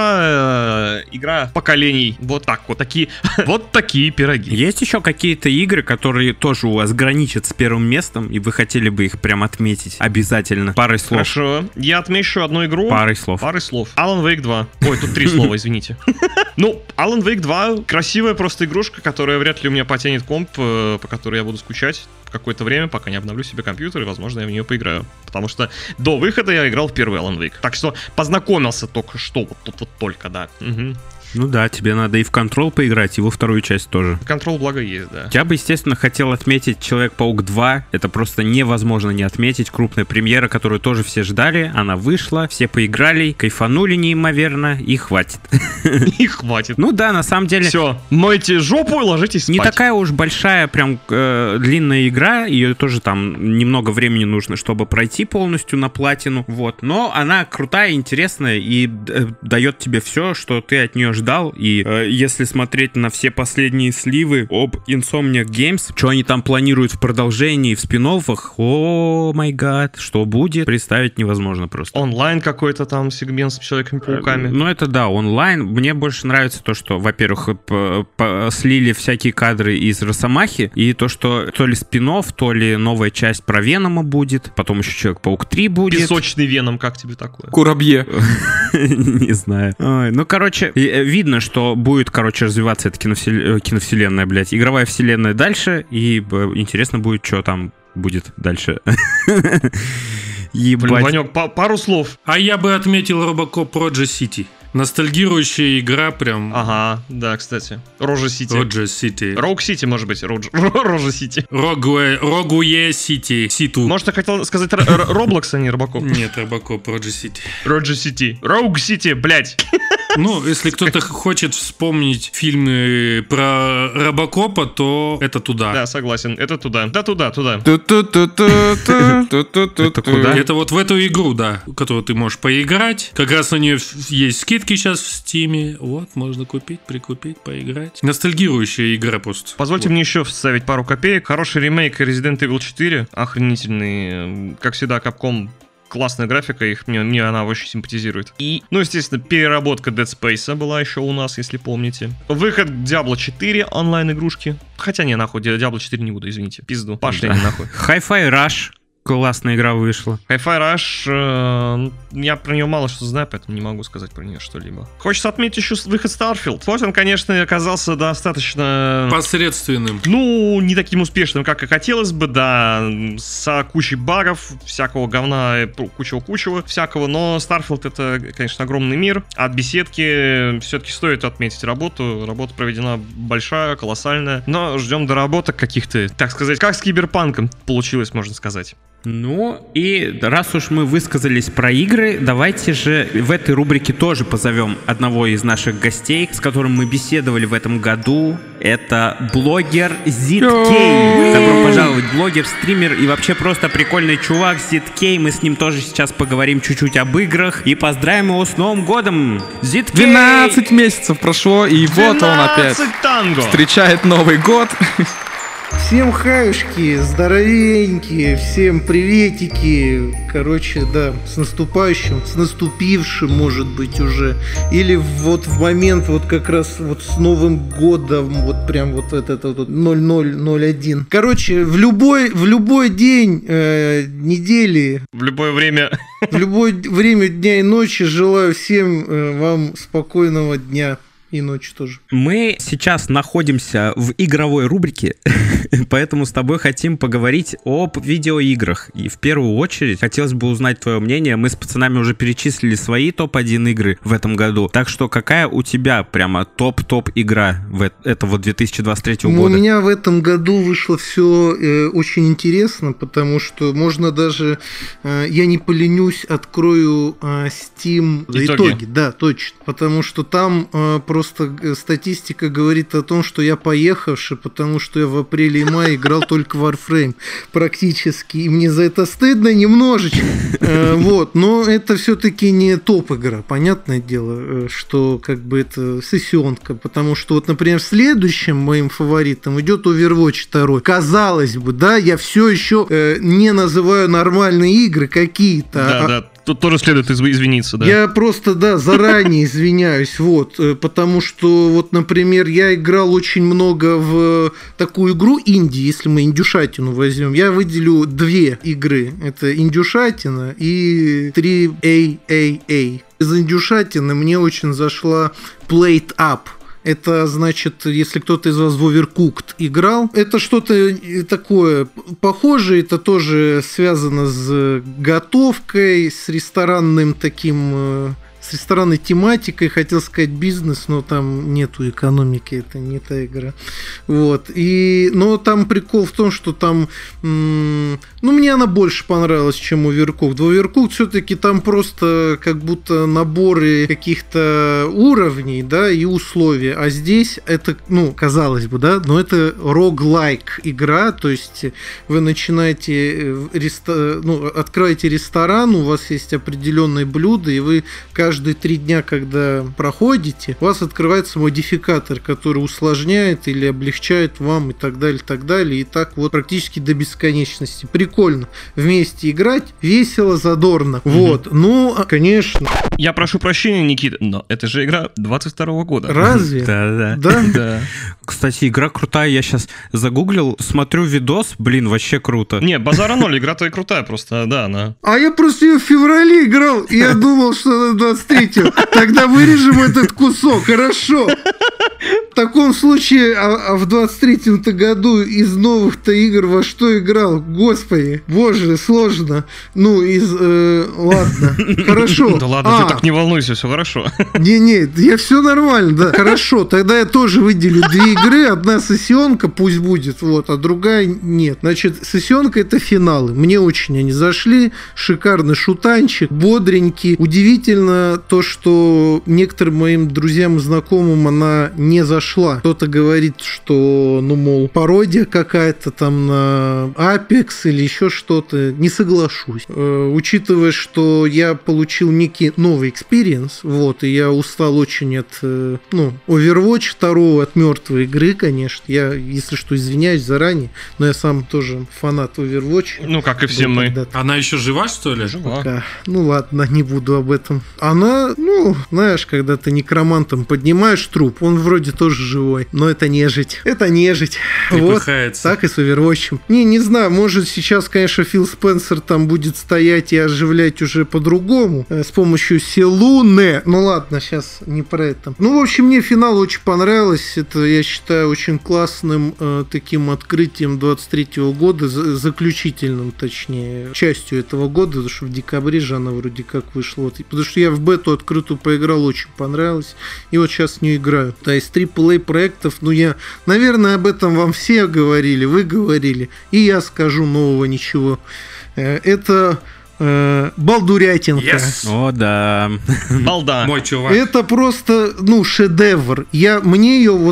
контра, игра поколений. Вот так вот. Вот такие пироги. Есть еще какие-то игры, которые тоже у вас граничат с первым местом, и вы хотели бы их прям отметить обязательно? Парой слов. Хорошо. Я отмечу одну игру. Парой слов. Alan Wake 2. Ой, тут 3 слова, извините. Ну, Alan Wake 2 красивая просто игрушка, которая вряд ли у меня потянет комп, по которой я буду скучать какое-то время, пока не обновлю себе компьютер, и, возможно, я в нее поиграю. Потому что до выхода я играл в первый Alan Wake. Так что познакомился только что, вот тут вот только, да. Угу. Ну да, тебе надо и в Control поиграть, и во вторую часть тоже. Control, благо, есть, да. Я бы, естественно, хотел отметить Человек-паук 2. Это просто невозможно не отметить. Крупная премьера, которую тоже все ждали. Она вышла, все поиграли, кайфанули неимоверно, и хватит. И хватит. Ну да, на самом деле... Все, мойте жопу и ложитесь спать. Не такая уж большая, прям длинная игра. Ее тоже там немного времени нужно, чтобы пройти полностью на платину. Вот. Но она крутая, интересная и дает тебе все, что ты от нее ждал. И если смотреть на все последние сливы об Insomniac Games, что они там планируют в продолжении, в спин-оффах, о май гад, что будет, представить невозможно просто. Онлайн какой-то там сегмент с Человеками-пауками. Ну это да, онлайн. Мне больше нравится то, что, во-первых, слили всякие кадры из Росомахи, и то, что то ли спин-офф, то ли новая часть про Венома будет, потом еще Человек-паук 3 будет. Песочный Веном, как тебе такое? Курабье. Не знаю. Ну, короче, видно, что будет, развиваться эта киновселенная, блядь, игровая вселенная дальше, и интересно будет, что там будет дальше. Блин, Ванек, пару слов. А я бы отметил Робокоп Роджер Сити. Ностальгирующая игра прям. Ага, да, кстати. Рожа Сити. Роуг Сити, может быть. Рожа Сити. Рогуе Сити. Ситу. Может, я хотел сказать Роблокс, а не Робокоп? Нет, Робокоп, Роджер Сити. Роджер Сити. Роуг Сити, блядь. Ну, если кто-то хочет вспомнить фильмы про Робокопа, то это туда. Да, согласен, это туда. Да, туда. Это куда? Это вот в эту игру, да, которую ты можешь поиграть. Как раз на нее есть скидки сейчас в Стиме. Вот, можно купить, прикупить, поиграть. Ностальгирующая игра просто. Позвольте мне еще вставить пару копеек. Хороший ремейк Resident Evil 4. Охренительный. Как всегда, Capcom. Классная графика, мне она очень симпатизирует. И, ну, естественно, переработка Dead Space была еще у нас, если помните. Выход Diablo 4 онлайн-игрушки. Хотя не, нахуй, Diablo 4 не буду, извините. Пизду. Пошли они нахуй. Hi-Fi Rush. Классная игра вышла. Hi-Fi Rush, я про нее мало что знаю, поэтому не могу сказать про нее что-либо. Хочется отметить еще выход Starfield. Хоть он, конечно, оказался достаточно... посредственным. Ну, не таким успешным, как и хотелось бы, да. С кучей багов, всякого говна, кучего всякого. Но Starfield — это, конечно, огромный мир. От беседки все-таки стоит отметить работу. Работа проведена большая, колоссальная. Но ждем доработок каких-то, так сказать, как с Киберпанком получилось, можно сказать. Ну, и раз уж мы высказались про игры, давайте же в этой рубрике тоже позовем одного из наших гостей, с которым мы беседовали в этом году. Это блогер ZK. Добро пожаловать, блогер, стример и вообще просто прикольный чувак ZK. Мы с ним тоже сейчас поговорим чуть-чуть об играх и поздравим его с Новым годом. ZK! 12 месяцев прошло, и вот он опять танго. встречает Новый год. Всем хаюшки, здоровенькие, всем приветики. Короче, да, с наступающим, с наступившим, может быть, уже. Или вот в момент вот как раз вот с Новым годом, вот прям вот этот вот 0001. Короче, в любой день недели, В любое время. в любое время дня и ночи желаю всем вам спокойного дня. И ночи тоже. Мы сейчас находимся в игровой рубрике, поэтому с тобой хотим поговорить об видеоиграх. И в первую очередь хотелось бы узнать твое мнение. Мы с пацанами уже перечислили свои топ-1 игры в этом году. Так что какая у тебя прямо топ-топ игра этого 2023 года? У меня в этом году вышло все очень интересно, потому что можно даже, я не поленюсь, открою Steam итоги. Да, точно. Потому что там просто статистика говорит о том, что я поехавший, потому что я в апреле и мае играл только в Warframe практически, и мне за это стыдно немножечко. Вот, но это все-таки не топ-игра, понятное дело, что как бы это сессионка, потому что вот, например, следующим моим фаворитом идет Overwatch 2. Казалось бы, да, я все еще не называю нормальные игры какие-то. Да. Тут тоже следует извиниться, да. Я просто, да, заранее извиняюсь, вот, потому что, вот, например, я играл очень много в такую игру инди, если мы индюшатину возьмем, я выделю 2 игры, это индюшатина и 3 AAA. Из индюшатины мне очень зашла Played Up. Это значит, если кто-то из вас в Overcooked играл, это что-то такое похожее, это тоже связано с готовкой, с ресторанным таким... с ресторанной тематикой, хотел сказать бизнес, но там нету экономики, это не та игра. Вот. Но там прикол в том, что там, мне она больше понравилась, чем Overcooked. В Overcooked все-таки там просто как будто наборы каких-то уровней, да, и условий. А здесь это, казалось бы, да, но это roguelike игра, то есть вы начинаете, открываете ресторан, у вас есть определенные блюда, и вы каждые 3 дня, когда проходите, у вас открывается модификатор, который усложняет или облегчает вам и так далее, и так вот практически до бесконечности. Прикольно. Вместе играть весело, задорно. Вот. Конечно. Я прошу прощения, Никита, но это же игра 22 года. Разве? Да. Кстати, игра крутая, я сейчас загуглил, смотрю видос, вообще круто. Не, базара ноль, игра-то и крутая просто, да, она. А я просто ее в феврале играл, и я думал, что на 23-м. Тогда вырежем этот кусок, хорошо. В таком случае, а в 23-м-то году из новых-то игр во что играл? Господи, боже, сложно. Ладно, хорошо. Да ладно, ты так не волнуйся, все хорошо. Не, я все нормально, да. Хорошо, тогда я тоже выделю 2 игры. Одна сессионка пусть будет, вот, а другая нет. Значит, сессионка — это финалы. Мне очень они зашли. Шикарный шутанчик, бодренький. Удивительно то, что некоторым моим друзьям и знакомым она не зашла. Кто-то говорит, что, мол, пародия какая-то там на Apex или еще что-то. Не соглашусь. Учитывая, что я получил некий новый экспириенс, вот, и я устал очень от, Overwatch 2, от мертвой игры, конечно. Я, если что, извиняюсь заранее, но я сам тоже фанат Overwatch. Как и все мы. Она еще жива, что ли? Жива. Пока. Ладно, не буду об этом. Она, знаешь, когда ты некромантом поднимаешь труп, он вроде тоже живой, но это нежить. Это нежить. Вот, так и с Overwatch. Не знаю, может сейчас, конечно, Фил Спенсер там будет стоять и оживлять уже по-другому, с помощью Селуны. Ладно, сейчас не про это. В общем, мне финал очень понравилось. Это, я считаю, очень классным таким открытием 23-го года, заключительным, точнее, частью этого года, потому что в декабре же она вроде как вышла. Вот. Потому что я в бету открытую поиграл, очень понравилось. И вот сейчас не играю. Да, из AAA проектов, я, наверное, об этом вам все говорили, вы говорили, и я скажу нового ничего. Это балдурятинка. Yes. О, да. Балда. Мой чувак. Это просто, шедевр. Мне ее вот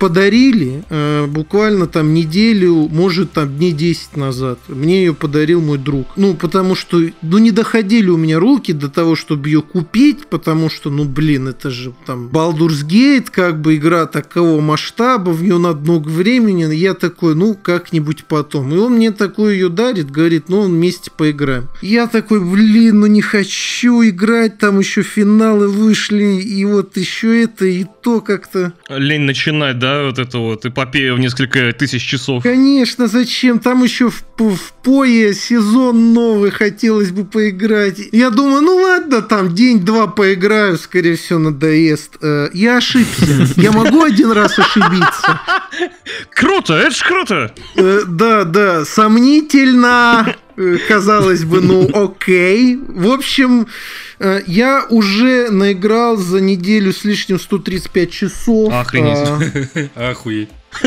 подарили буквально там неделю, может, там дней 10 назад. Мне ее подарил мой друг. Ну, потому что, не доходили у меня руки до того, чтобы ее купить, потому что, это же там Baldur's Gate, как бы игра такого масштаба, в нее надо много времени. Я такой, как-нибудь потом. И он мне такой ее дарит, говорит, вместе поиграем. Я такой, не хочу играть, там еще финалы вышли, и вот еще это, и то как-то... Лень начинать, да, вот эту вот эпопею в несколько тысяч часов. Конечно, зачем? Там еще в PoE сезон новый, хотелось бы поиграть. Я думаю, ладно, там день-два поиграю, скорее всего, надоест. Я ошибся. Я могу один раз ошибиться. Круто, это ж круто! Да, сомнительно. Казалось бы, окей. В общем, я уже наиграл за неделю с лишним 135 часов. Охренеть. Охуеть.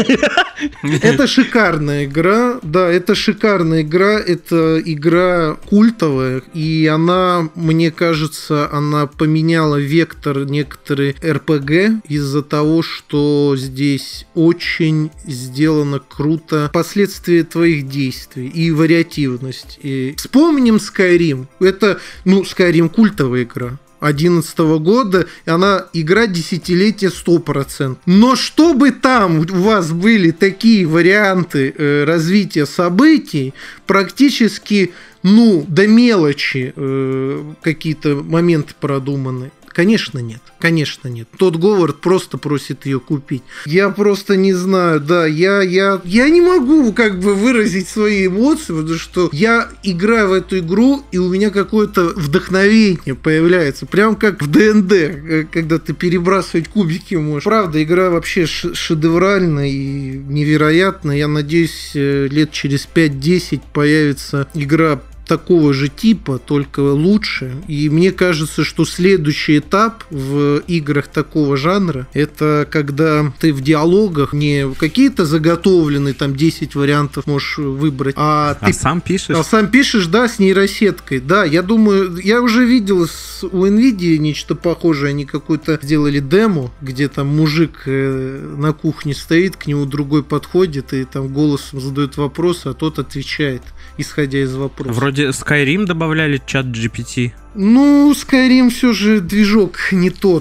Это шикарная игра, да, это шикарная игра, это игра культовая, и она, мне кажется, она поменяла вектор некоторые РПГ из-за того, что здесь очень сделано круто последствия твоих действий и вариативность. И вспомним Skyrim, это, Skyrim культовая игра. 2011 года, и она игра десятилетия 100%. Но чтобы там у вас были такие варианты развития событий, практически, до мелочи какие-то моменты продуманы. Конечно, нет. Конечно, нет. Тот Говард просто просит ее купить. Я просто не знаю, да, я не могу выразить свои эмоции, потому что я играю в эту игру, и у меня какое-то вдохновение появляется. Прям как в ДНД, когда ты перебрасывать кубики можешь. Правда, игра вообще шедевральная и невероятная. Я надеюсь, лет через 5-10 появится игра такого же типа, только лучше. И мне кажется, что следующий этап в играх такого жанра, это когда ты в диалогах не какие-то заготовленные, там 10 вариантов можешь выбрать, а ты сам пишешь. Сам пишешь, да, с нейросеткой. Да, я думаю, я уже видел у NVIDIA нечто похожее. Они какой-то сделали демо, где там мужик на кухне стоит, к нему другой подходит и там голосом задает вопросы, а тот отвечает, исходя из вопросов. Вроде Skyrim добавляли чат GPT. Skyrim все же движок не тот.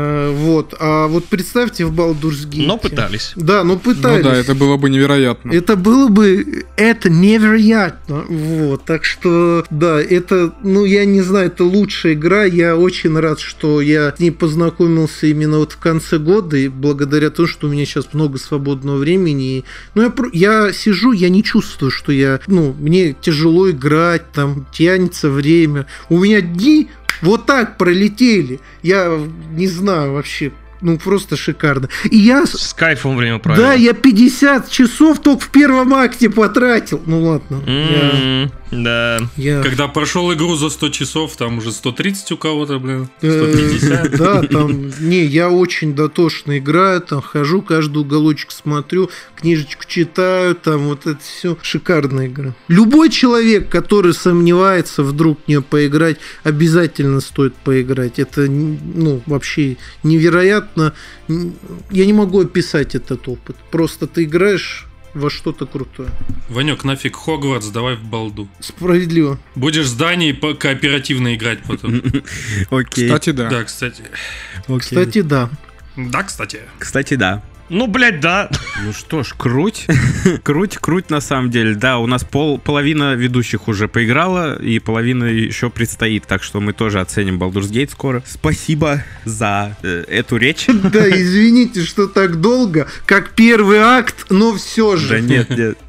А вот представьте в Baldur's Gate. Но пытались. Да, пытались. Да, это было бы невероятно. Это было бы... Это невероятно. Так что, да, это... я не знаю, это лучшая игра. Я очень рад, что я с ней познакомился именно вот в конце года. И благодаря тому, что у меня сейчас много свободного времени. Я сижу, я не чувствую, что мне тяжело играть, там тянется время. У меня дни вот так пролетели. Я не знаю вообще. Просто шикарно. И я... С кайфом время провел. Да, я 50 часов только в первом акте потратил. Ладно. Да. Когда прошел игру за 100 часов, там уже 130 у кого-то, 150. Да, там... я очень дотошно играю, там хожу, каждый уголочек смотрю, книжечку читаю, там вот это все. Шикарная игра. Любой человек, который сомневается вдруг в нее поиграть, обязательно стоит поиграть. Это, вообще невероятно. Я не могу описать этот опыт. Просто ты играешь во что-то крутое. Ванек, нафиг Хогвартс, давай в балду. Справедливо. Будешь в здании кооперативно играть потом. Окей. Кстати, да. Да, кстати. Кстати, да. Да, кстати. Кстати, да. Да. Что ж, круть. круть на самом деле. Да, у нас половина ведущих уже поиграла, и половина еще предстоит, так что мы тоже оценим Baldur's Gate скоро. Спасибо за эту речь. Да, извините, что так долго, как первый акт, но все же. Да нет.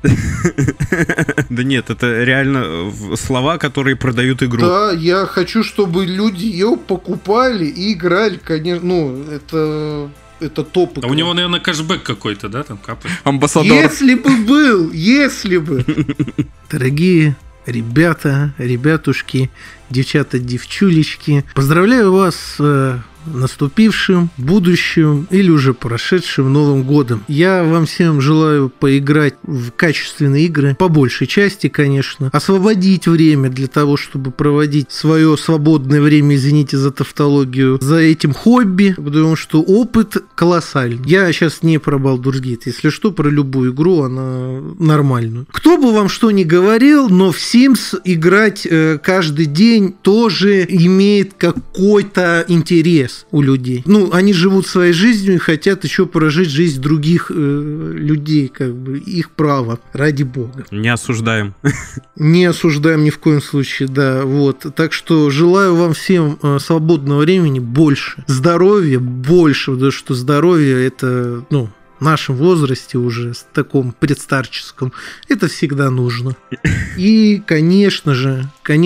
Да нет, это реально слова, которые продают игру. Да, я хочу, чтобы люди ее покупали и играли, конечно. Это топ. А у него, наверное, кэшбэк какой-то, да, там капает? Амбассадор. Если бы. Дорогие ребята, ребятушки, девчата-девчулечки, поздравляю вас наступившим, будущим или уже прошедшим Новым годом. Я вам всем желаю поиграть в качественные игры, по большей части, конечно, освободить время для того, чтобы проводить свое свободное время, извините за тавтологию, за этим хобби, потому что опыт колоссальный. Я сейчас не про Baldur's Gate, если что, про любую игру, она нормальную. Кто бы вам что ни говорил, но в Sims играть каждый день тоже имеет какой-то интерес у людей. Ну, они живут своей жизнью и хотят еще прожить жизнь других людей, как бы их право, ради бога. Не осуждаем. Не осуждаем ни в коем случае, да, вот. Так что желаю вам всем свободного времени больше, здоровья больше, потому что здоровье это, ну, в нашем возрасте уже, в таком предстарческом, это всегда нужно. И, конечно же,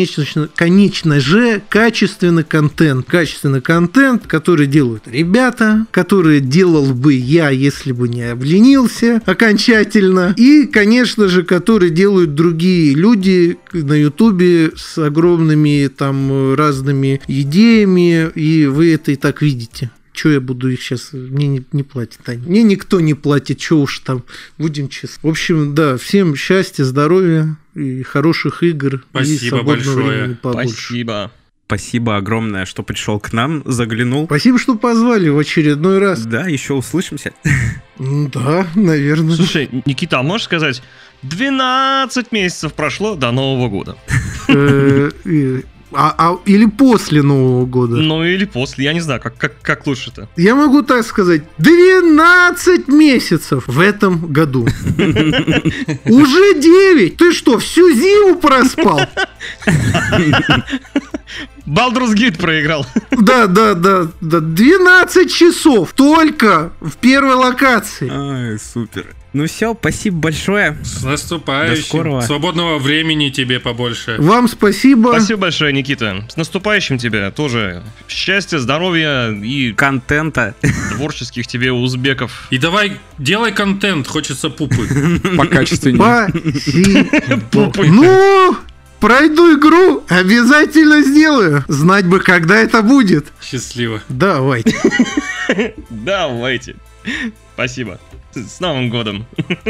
качественный контент. Качественный контент, который делают ребята, который делал бы я, если бы не обленился окончательно. И, конечно же, который делают другие люди на Ютубе с огромными там разными идеями, и вы это и так видите. Че я буду их сейчас... Мне не платят, Таня. Мне никто не платит, что уж там, будем честны. В общем, да, всем счастья, здоровья и хороших игр. Спасибо и свободного большое. времени побольше. Спасибо. Спасибо огромное, что пришел к нам, заглянул. Спасибо, что позвали в очередной раз. Да, еще услышимся. Да, наверное. Слушай, Никита, а можешь сказать, 12 месяцев прошло до Нового года? Или после Нового года? Ну, или после, я не знаю, как лучше-то. Я могу так сказать, 12 месяцев в этом году. Уже 9. Ты что, всю зиму проспал? Baldur's Gate проиграл. Да. 12 часов только в первой локации. Ай, супер. Ну все, спасибо большое. С наступающим. До скорого. Свободного времени тебе побольше. Вам спасибо. Спасибо большое, Никита. С наступающим тебя тоже. Счастья, здоровья и Контента. творческих тебе узбеков. И давай, делай контент, хочется пупы. Покачественнее. Спасибо. Ну, пройду игру, обязательно сделаю. Знать бы, когда это будет. Счастливо. Давайте. Давайте. Спасибо. С Новым годом.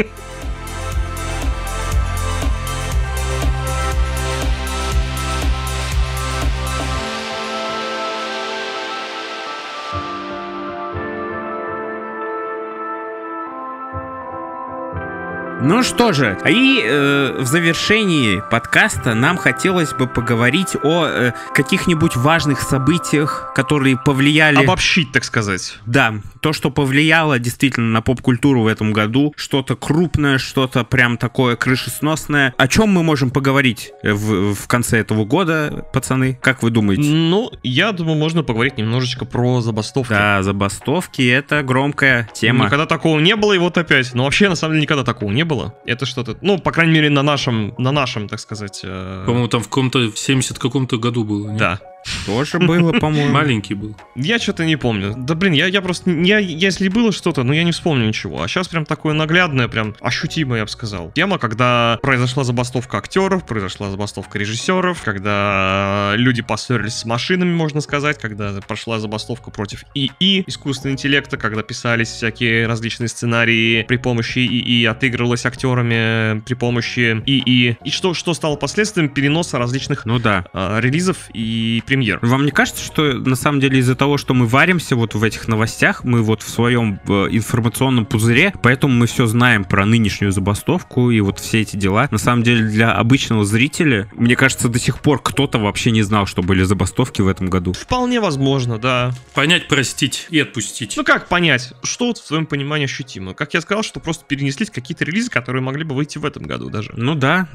Ну что же, и в завершении подкаста нам хотелось бы поговорить о каких-нибудь важных событиях, которые повлияли... Обобщить, так сказать. Да, то, что повлияло действительно на поп-культуру в этом году, что-то крупное, что-то прям такое крышесносное. О чем мы можем поговорить в конце этого года, пацаны? Как вы думаете? Ну, я думаю, можно поговорить немножечко про забастовки. Да, забастовки — это громкая тема. Никогда такого не было, и вот опять. Но вообще, на самом деле, никогда такого не было. Это что-то, ну, по крайней мере, на нашем, так сказать... По-моему, там в 70 каком-то году было. Нет? Да. Тоже было, по-моему. Маленький был. Я что-то не помню. Да блин, я просто... если было что-то, но я не вспомню ничего. А сейчас прям такое наглядное, прям ощутимое, я бы сказал. Тема, когда произошла забастовка актеров, произошла забастовка режиссеров, когда люди поссорились с машинами, можно сказать, когда прошла забастовка против ИИ, искусственного интеллекта, когда писались всякие различные сценарии при помощи ИИ, отыгрывалось актерами при помощи ИИ. И что стало последствием переноса различных релизов и премьер. Вам не кажется, что на самом деле из-за того, что мы варимся вот в этих новостях, мы вот в своем информационном пузыре, поэтому мы все знаем про нынешнюю забастовку и вот все эти дела. На самом деле для обычного зрителя, мне кажется, до сих пор кто-то вообще не знал, что были забастовки в этом году. Вполне возможно, да. Понять, простить и отпустить. Ну как понять? Что вот в твоем понимании ощутимо? Как я сказал, что просто перенеслись какие-то релизы, которые могли бы выйти в этом году даже. Ну да.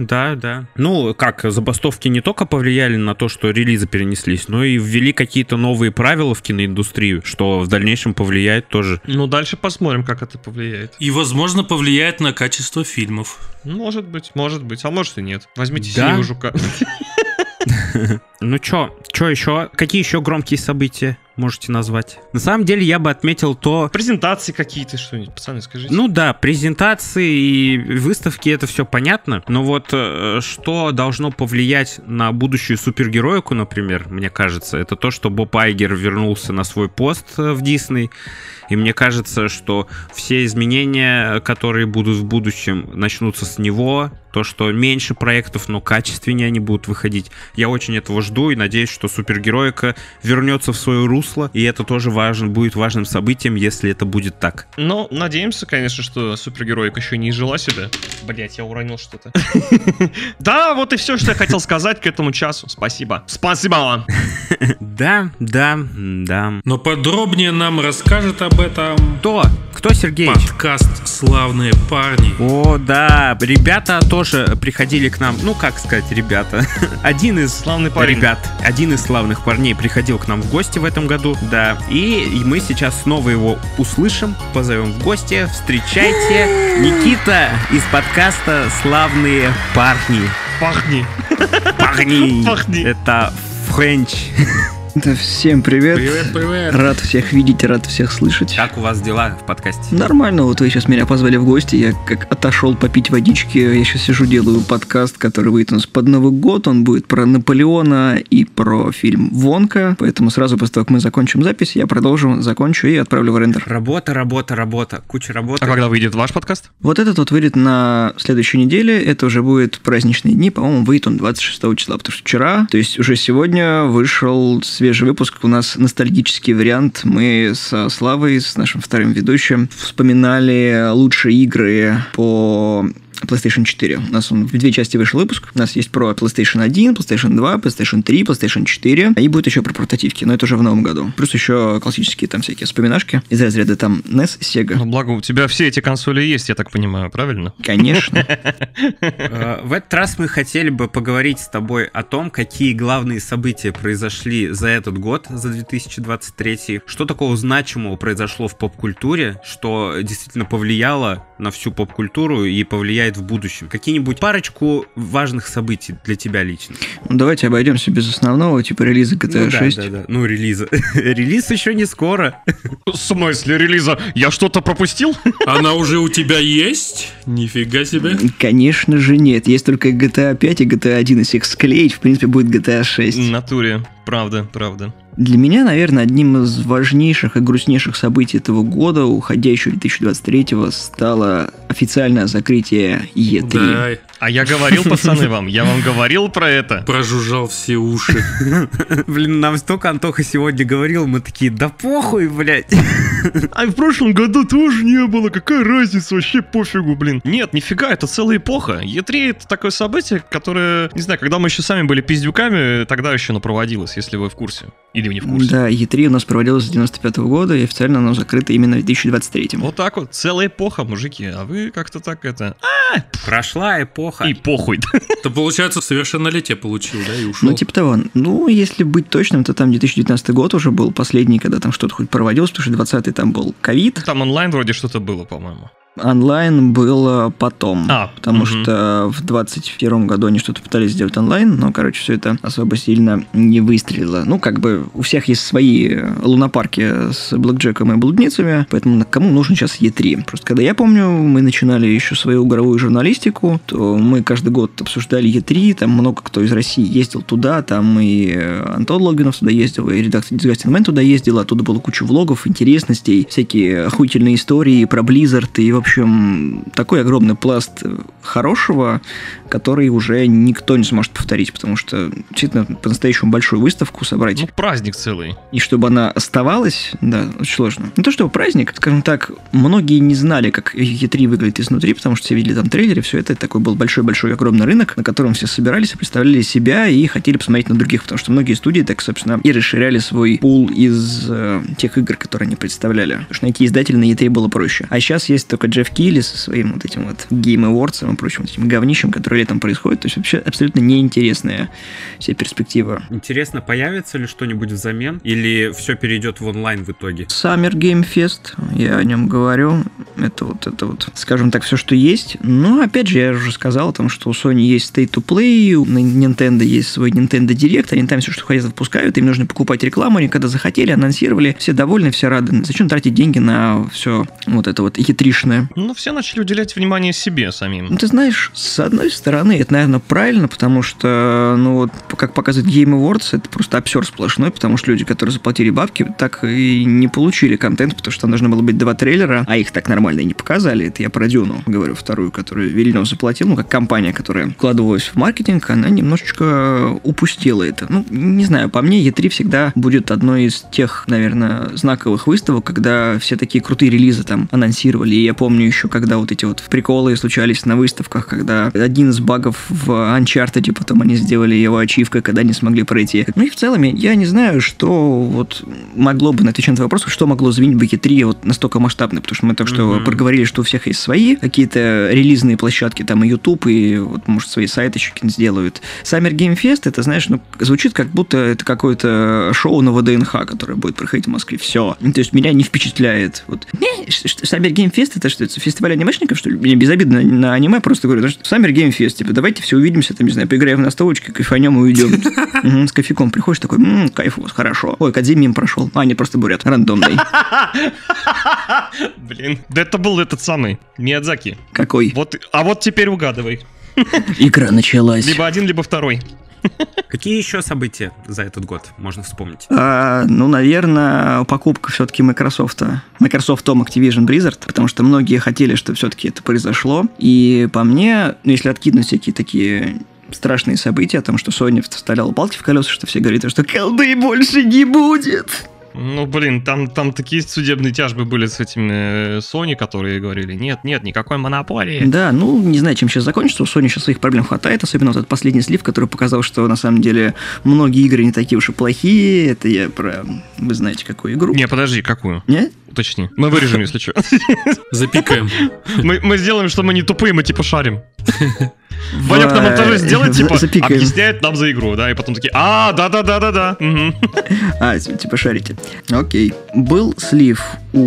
Ну как, забастовки не только повлияли на то, что релизы перенеслись, но и ввели какие-то новые правила в киноиндустрию, что в дальнейшем повлияет тоже. Ну, дальше посмотрим, как это повлияет. И, возможно, повлияет на качество фильмов. Может быть, а может и нет. Возьмите Синего Жука. Ну чё еще? Какие еще громкие события можете назвать? На самом деле я бы отметил то... Презентации какие-то, что-нибудь, пацаны, скажите. Ну да, презентации и выставки, это все понятно, но вот что должно повлиять на будущую супергероику, например, мне кажется, это то, что Боб Айгер вернулся на свой пост в Дисней, и мне кажется, что все изменения, которые будут в будущем, начнутся с него. То, что меньше проектов, но качественнее они будут выходить. Я очень этого жду и надеюсь, что супергероика вернется в свое русло, и это тоже будет важным событием, если это будет так. Ну, надеемся, конечно, что супергероика еще не изжила себя. Блять, я уронил что-то. Да, вот и все, что я хотел сказать к этому часу. Спасибо. Спасибо вам. Да. Но подробнее нам расскажет об этом... Кто, Сергеевич? Подкаст «Славные парни». О, да, ребята тоже приходили к нам, ну, как сказать, ребята. Один из славных парней приходил к нам в гости в этом году, да. И мы сейчас снова его услышим, позовем в гости. Встречайте, Никита из подкаста «Славные парни». Пахни. Это Френч. Да, всем привет. Привет. Рад всех видеть, рад всех слышать. Как у вас дела в подкасте? Нормально, вот вы сейчас меня позвали в гости, я как отошел попить водички, я сейчас сижу, делаю подкаст, который выйдет у нас под Новый год, он будет про Наполеона и про фильм «Вонка», поэтому сразу после того, как мы закончим запись, я закончу и отправлю в рендер. Работа, куча работы. А когда выйдет ваш подкаст? Вот этот вот выйдет на следующей неделе, это уже будет праздничные дни, по-моему, выйдет он 26 числа, потому что вчера, то есть уже сегодня вышел свежий выпуск, у нас ностальгический вариант. Мы со Славой, с нашим вторым ведущим, вспоминали лучшие игры по PlayStation 4. У нас он в две части вышел выпуск. У нас есть про PlayStation 1, PlayStation 2, PlayStation 3, PlayStation 4. И будет еще про портативки, но это уже в новом году. Плюс еще классические там всякие вспоминашки из разряда там NES, Sega. Ну, благо, у тебя все эти консоли есть, я так понимаю, правильно? Конечно. В этот раз мы хотели бы поговорить с тобой о том, какие главные события произошли за этот год, за 2023. Что такого значимого произошло в поп-культуре, что действительно повлияло на всю поп-культуру и повлияет в будущем. Какие-нибудь парочку важных событий для тебя лично. Ну, давайте обойдемся без основного, типа релиза GTA 6. Да. Ну, релиза. Релиз еще не скоро. В смысле релиза? Я что-то пропустил? Она уже у тебя есть? Нифига себе. Конечно же нет. Есть только GTA 5 и GTA 1. Если их склеить, в принципе, будет GTA 6. В натуре. Правда. Для меня, наверное, одним из важнейших и грустнейших событий этого года, уходящего 2023-го, стало официальное закрытие E3. Да. А я говорил, пацаны, я вам говорил про это. Прожужжал все уши. Блин, нам столько Антоха сегодня говорил, мы такие, да похуй, блядь. А в прошлом году тоже не было, какая разница, вообще пофигу, блин. Нет, нифига, это целая эпоха. E3 это такое событие, которое, не знаю, когда мы еще сами были пиздюками, тогда еще оно проводилось, если вы в курсе. Или вы не в курсе. Да, E3 у нас проводилось с 95-го года, и официально оно закрыто именно в 2023-м. Вот так вот, целая эпоха, мужики, а вы как-то так это... Прошла эпоха. И похуй. То получается, совершеннолетие получил, да, и ушел. Ну, типа того. Ну, если быть точным, то там 2019 год уже был последний, когда там что-то хоть проводилось, потому что 20-й там был ковид. Там онлайн вроде что-то было, по-моему. Онлайн было потом, потому что в 2021 году они что-то пытались сделать онлайн, но, короче, все это особо сильно не выстрелило. Ну, как бы у всех есть свои лунопарки с блэкджеком и блудницами, поэтому кому нужен сейчас E3? Просто когда я помню, мы начинали еще свою игровую журналистику, то мы каждый год обсуждали E3, там много кто из России ездил туда, там и Антон Логвинов туда ездил, и редактор Disgusting Man туда ездил, оттуда было куча влогов, интересностей, всякие охуительные истории про Blizzard и в общем, такой огромный пласт хорошего, который уже никто не сможет повторить, потому что действительно по-настоящему большую выставку собрать. Ну, праздник целый. И чтобы она оставалась, да, очень сложно. Не то чтобы праздник, скажем так, многие не знали, как E3 выглядит изнутри, потому что все видели там трейлеры, все это такой был большой-большой огромный рынок, на котором все собирались, представляли себя и хотели посмотреть на других, потому что многие студии так, собственно, и расширяли свой пул из тех игр, которые они представляли. Потому что найти издателя на E3 было проще. А сейчас есть только Джефф Килли со своим вот этим вот Game Awards и прочим вот этим говнищем, который летом происходит. То есть вообще абсолютно неинтересная вся перспектива. Интересно, появится ли что-нибудь взамен? Или все перейдет в онлайн в итоге? Summer Game Fest, я о нем говорю. Это вот, скажем так, все, что есть. Но, опять же, я уже сказал о том, что у Sony есть State to Play, у Nintendo есть свой Nintendo Direct, они там все, что хотят, выпускают, им нужно покупать рекламу, они когда захотели, анонсировали, все довольны, все рады. Зачем тратить деньги на все вот это вот хитришное? Ну, все начали уделять внимание себе самим. Ну, ты знаешь, с одной стороны, это, наверное, правильно, потому что, ну, вот, как показывает Game Awards, это просто абсурд сплошной, потому что люди, которые заплатили бабки, так и не получили контент, потому что там должно было быть 2 трейлера, а их так нормально и не показали. Это я про Дюну говорю, вторую, которую Вильнёв заплатил, ну, как компания, которая вкладывалась в маркетинг, она немножечко упустила это. Ну, не знаю, по мне, E3 всегда будет одной из тех, наверное, знаковых выставок, когда все такие крутые релизы там анонсировали. И я помню еще, когда вот эти вот приколы случались на выставках, когда один из багов в Uncharted, потом они сделали его ачивкой, когда не смогли пройти. Ну и в целом, я не знаю, что вот могло бы, отвечать на твой вопрос, что могло звенить в E3 вот настолько масштабно, потому что мы только что проговорили, что у всех есть свои какие-то релизные площадки, там и YouTube, и вот, может, свои сайты еще сделают. Summer Game Fest, это, знаешь, ну, звучит как будто это какое-то шоу на ВДНХ, которое будет проходить в Москве. Все. То есть меня не впечатляет. Вот. Summer Game Fest, это что, это фестиваль анимешников, что ли? Мне безобидно на аниме просто говорю, что Summer Game Fest, типа, давайте все увидимся, там, не знаю, поиграем в настолочке, кайфанем и уйдем. С кофейком приходишь, такой, кайф, хорошо. Ой, Кодзим мимо прошел. А, нет, просто бурят. Рандомный. Блин, да это был этот самый Миядзаки. Какой? Вот, а вот теперь угадывай. Игра началась. Либо один, либо второй. Какие еще события за этот год можно вспомнить? Ну, наверное, покупка все-таки Microsoft Activision Blizzard, потому что многие хотели, чтобы все-таки это произошло. И по мне, если откинуть всякие такие страшные события, о том, что Sony вставляла палки в колеса, что все говорят, что колды больше не будет. Ну, блин, там такие судебные тяжбы были с этими Sony, которые говорили, нет, никакой монополии. Да, ну, не знаю, чем сейчас закончится, у Sony сейчас своих проблем хватает, особенно вот этот последний слив, который показал, что на самом деле многие игры не такие уж и плохие, это я про, вы знаете, какую игру. Не, подожди, какую? Нет? Уточни. Мы вырежем, если что. Запикаем. Мы сделаем, что мы не тупые, мы типа шарим. Ванек на монтаже сделает, типа, объясняет нам за игру, да, и потом такие, да. Типа шарите. Окей. Был слив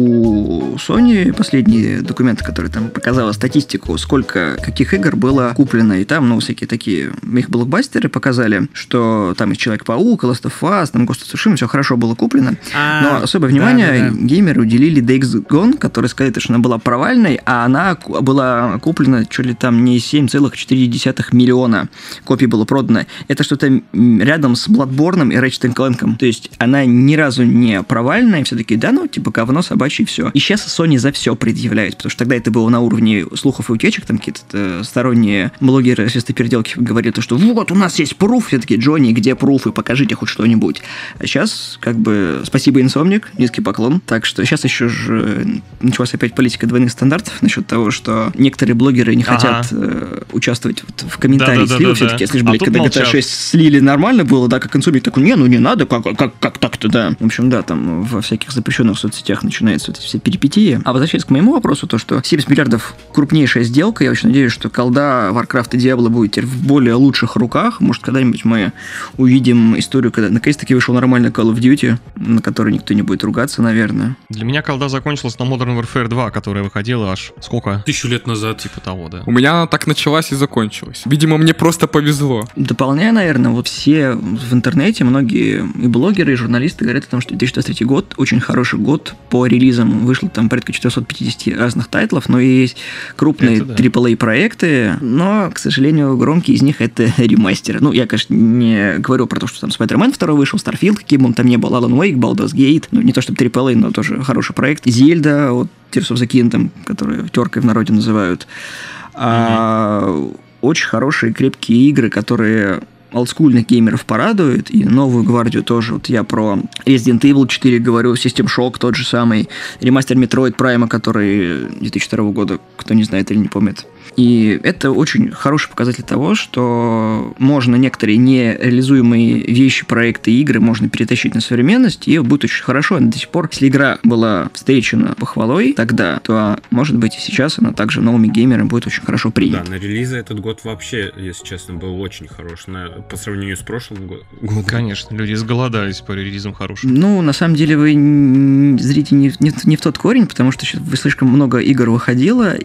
у Sony, последние документы, которые там показала статистику, сколько каких игр было куплено, и там, ну, всякие такие их блокбастеры показали, что там есть Человек-паук, Last of Us, там Ghost of Tsushima, все хорошо было куплено, но особое внимание геймеры уделили Days Gone, которые сказали, что она была провальной, а она была куплена чуть ли там не 7,4 миллиона копий было продано. Это что-то рядом с Bloodborne и Ratchet & Clank. То есть она ни разу не провальная, и все таки да, ну, типа говно собачье и все. И сейчас Sony за все предъявляет, потому что тогда это было на уровне слухов и утечек, там какие-то сторонние блогеры переделки говорили, что вот, у нас есть пруф, все таки Джонни, где пруфы, покажите хоть что-нибудь. А сейчас, как бы, спасибо, Insomniac, низкий поклон. Так что сейчас еще же началась опять политика двойных стандартов насчет того, что некоторые блогеры не хотят участвовать вот в комментариях слива, все-таки, если же, блядь, когда GTA 6 слили нормально было, да, как Insomniac такой, не надо, как так-то, да. В общем, да, там во всяких запрещенных соцсетях начинаются вот эти все перипетии. А возвращаясь к моему вопросу, то, что 70 миллиардов крупнейшая сделка, я очень надеюсь, что колда Warcraft и Diablo будет теперь в более лучших руках. Может, когда-нибудь мы увидим историю, когда наконец-таки вышел нормальный Call of Duty, на который никто не будет ругаться, наверное. Для меня колда закончилась на Modern Warfare 2, которая выходила аж сколько? 1000 лет назад. Типа того, да. У меня она так началась и закончилась. Видимо, мне просто повезло. Дополняя, наверное, вот все в интернете, многие и блогеры, и журналисты говорят о том, что 2023 год очень хороший год по релизам. Вышло там порядка 450 разных тайтлов, но и есть крупные AAA-проекты, но, к сожалению, громкие из них это ремастеры. Ну, я, конечно, не говорю про то, что там Spider-Man 2 вышел, Starfield, каким бы он там ни был, Alan Wake, Baldur's Gate, ну, не то чтобы AAA, но тоже хороший проект. Zelda, вот Tears of the Kingdom, которую теркой в народе называют. Очень хорошие, крепкие игры, которые олдскульных геймеров порадуют, и новую гвардию тоже. Вот я про Resident Evil 4 говорю, System Shock тот же самый, ремастер Metroid Prime, который 2002 года, кто не знает или не помнит. И это очень хороший показатель того, что можно некоторые нереализуемые вещи, проекты, игры можно перетащить на современность, и будет очень хорошо. До сих пор, если игра была встречена похвалой тогда, то, может быть, и сейчас она также новыми геймерами будет очень хорошо принята. Да, на релизы этот год вообще, если честно, был очень хорош. по сравнению с прошлым годом. Конечно, люди сголодались по релизам хорошим. Ну, на самом деле, вы зрите не в тот корень, потому что вы слишком много игр выходило,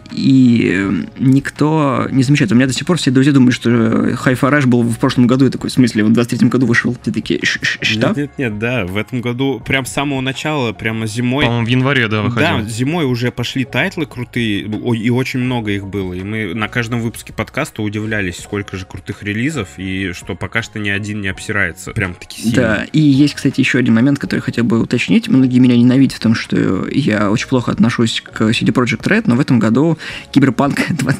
и никто не замечает. У меня до сих пор все друзья думают, что Hi-Fi Rush был в прошлом году, и такой, в смысле, в 23-м году вышел. Все такие, что? Нет, да, в этом году прям с самого начала, прямо зимой. По-моему, в январе, да, выходил. Да, зимой уже пошли тайтлы крутые, и очень много их было. И мы на каждом выпуске подкаста удивлялись, сколько же крутых релизов, и что пока что ни один не обсирается. Прям таки сильно. Да, и есть, кстати, еще один момент, который хотел бы уточнить. Многие меня ненавидят в том, что я очень плохо отношусь к CD Projekt Red, но в этом году Cyberpunk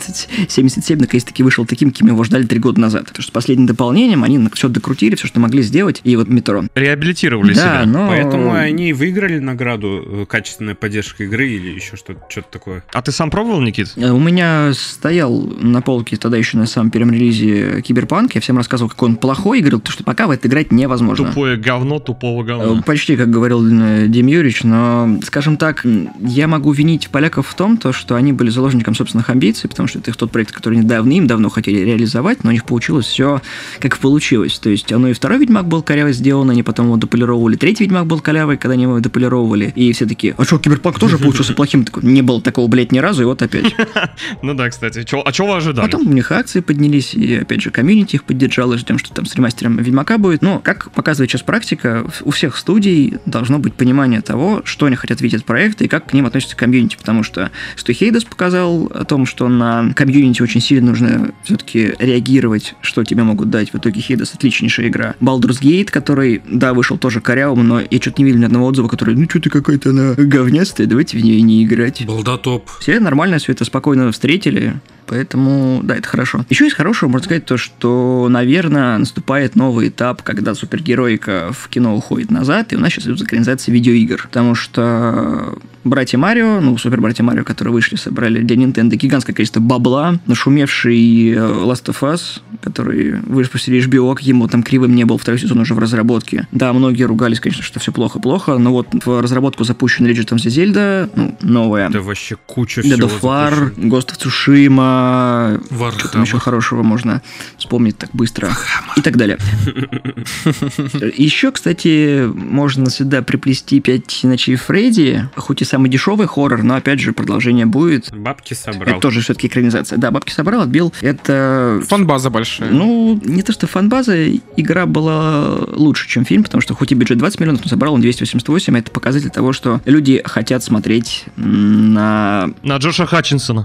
2077 наконец-таки вышел таким, каким его ждали 3 года назад. Потому что с последним дополнением они все докрутили, все, что могли сделать, и вот метро. Реабилитировали да, себя. Но... Поэтому они выиграли награду качественная поддержка игры или еще что-то такое. А ты сам пробовал, Никит? У меня стоял на полке тогда еще на самом первом релизе Киберпанк. Я всем рассказывал, какой он плохой, и говорил, что пока в это играть невозможно. Тупое говно тупого говна. Почти, как говорил Дим Юрьевич, но, скажем так, я могу винить поляков в том, что они были заложником собственных амбиций, потому что это их тот проект, который они давным-давно хотели реализовать, но у них получилось все как получилось. То есть оно и второй Ведьмак был коряво сделан, они потом его дополировали, третий Ведьмак был корявый, когда они его дополировали, и все такие, а что, Киберпанк тоже получился плохим? Такой, не было такого, блядь, ни разу, и вот опять. Ну да, кстати. А чего вы ожидали? Потом у них акции поднялись, и опять же комьюнити их поддержало, ждем, что там с ремастером Ведьмака будет. Но, как показывает сейчас практика, у всех студий должно быть понимание того, что они хотят видеть от проекта и как к ним относятся комьюнити, потому что Хейдес показал о том, что на комьюнити очень сильно нужно все-таки реагировать, что тебе могут дать. В итоге Хейдес отличнейшая игра. Baldur's Gate, который, да, вышел тоже корявым, но я что-то не видел ни одного отзыва, который, ну что-то какая-то она говнястая, давайте в нее не играть. Балдатоп. Все нормально все это спокойно встретили. Поэтому, да, это хорошо. Еще из хорошего можно сказать то, что, наверное, наступает новый этап, когда супергероика в кино уходит назад, и у нас сейчас идут экранизации видеоигр. Потому что братья Марио, Супер Братья Марио, которые вышли, собрали для Nintendo гигантское количество бабла, нашумевший Last of Us, который выпустили HBO, каким бы там кривым не был, второй сезон уже в разработке. Да, многие ругались, конечно, что все плохо-плохо, но вот в разработку запущена Legend of the Zelda, новая. Да вообще куча Dead всего of War, Ghost of Tsushima, что там еще хорошего можно вспомнить так быстро и так далее. Еще, кстати, можно сюда приплести 5 ночей Фредди, хоть и самый дешевый хоррор, но опять же продолжение будет. Бабки собрал. Это тоже все-таки экранизация. Да, бабки собрал, отбил. Это... Фан-база большая. Не то что фан-база, игра была лучше, чем фильм, потому что хоть и бюджет 20 миллионов, но собрал он 288, это показатель того, что люди хотят смотреть на Джоша Хатчинсона.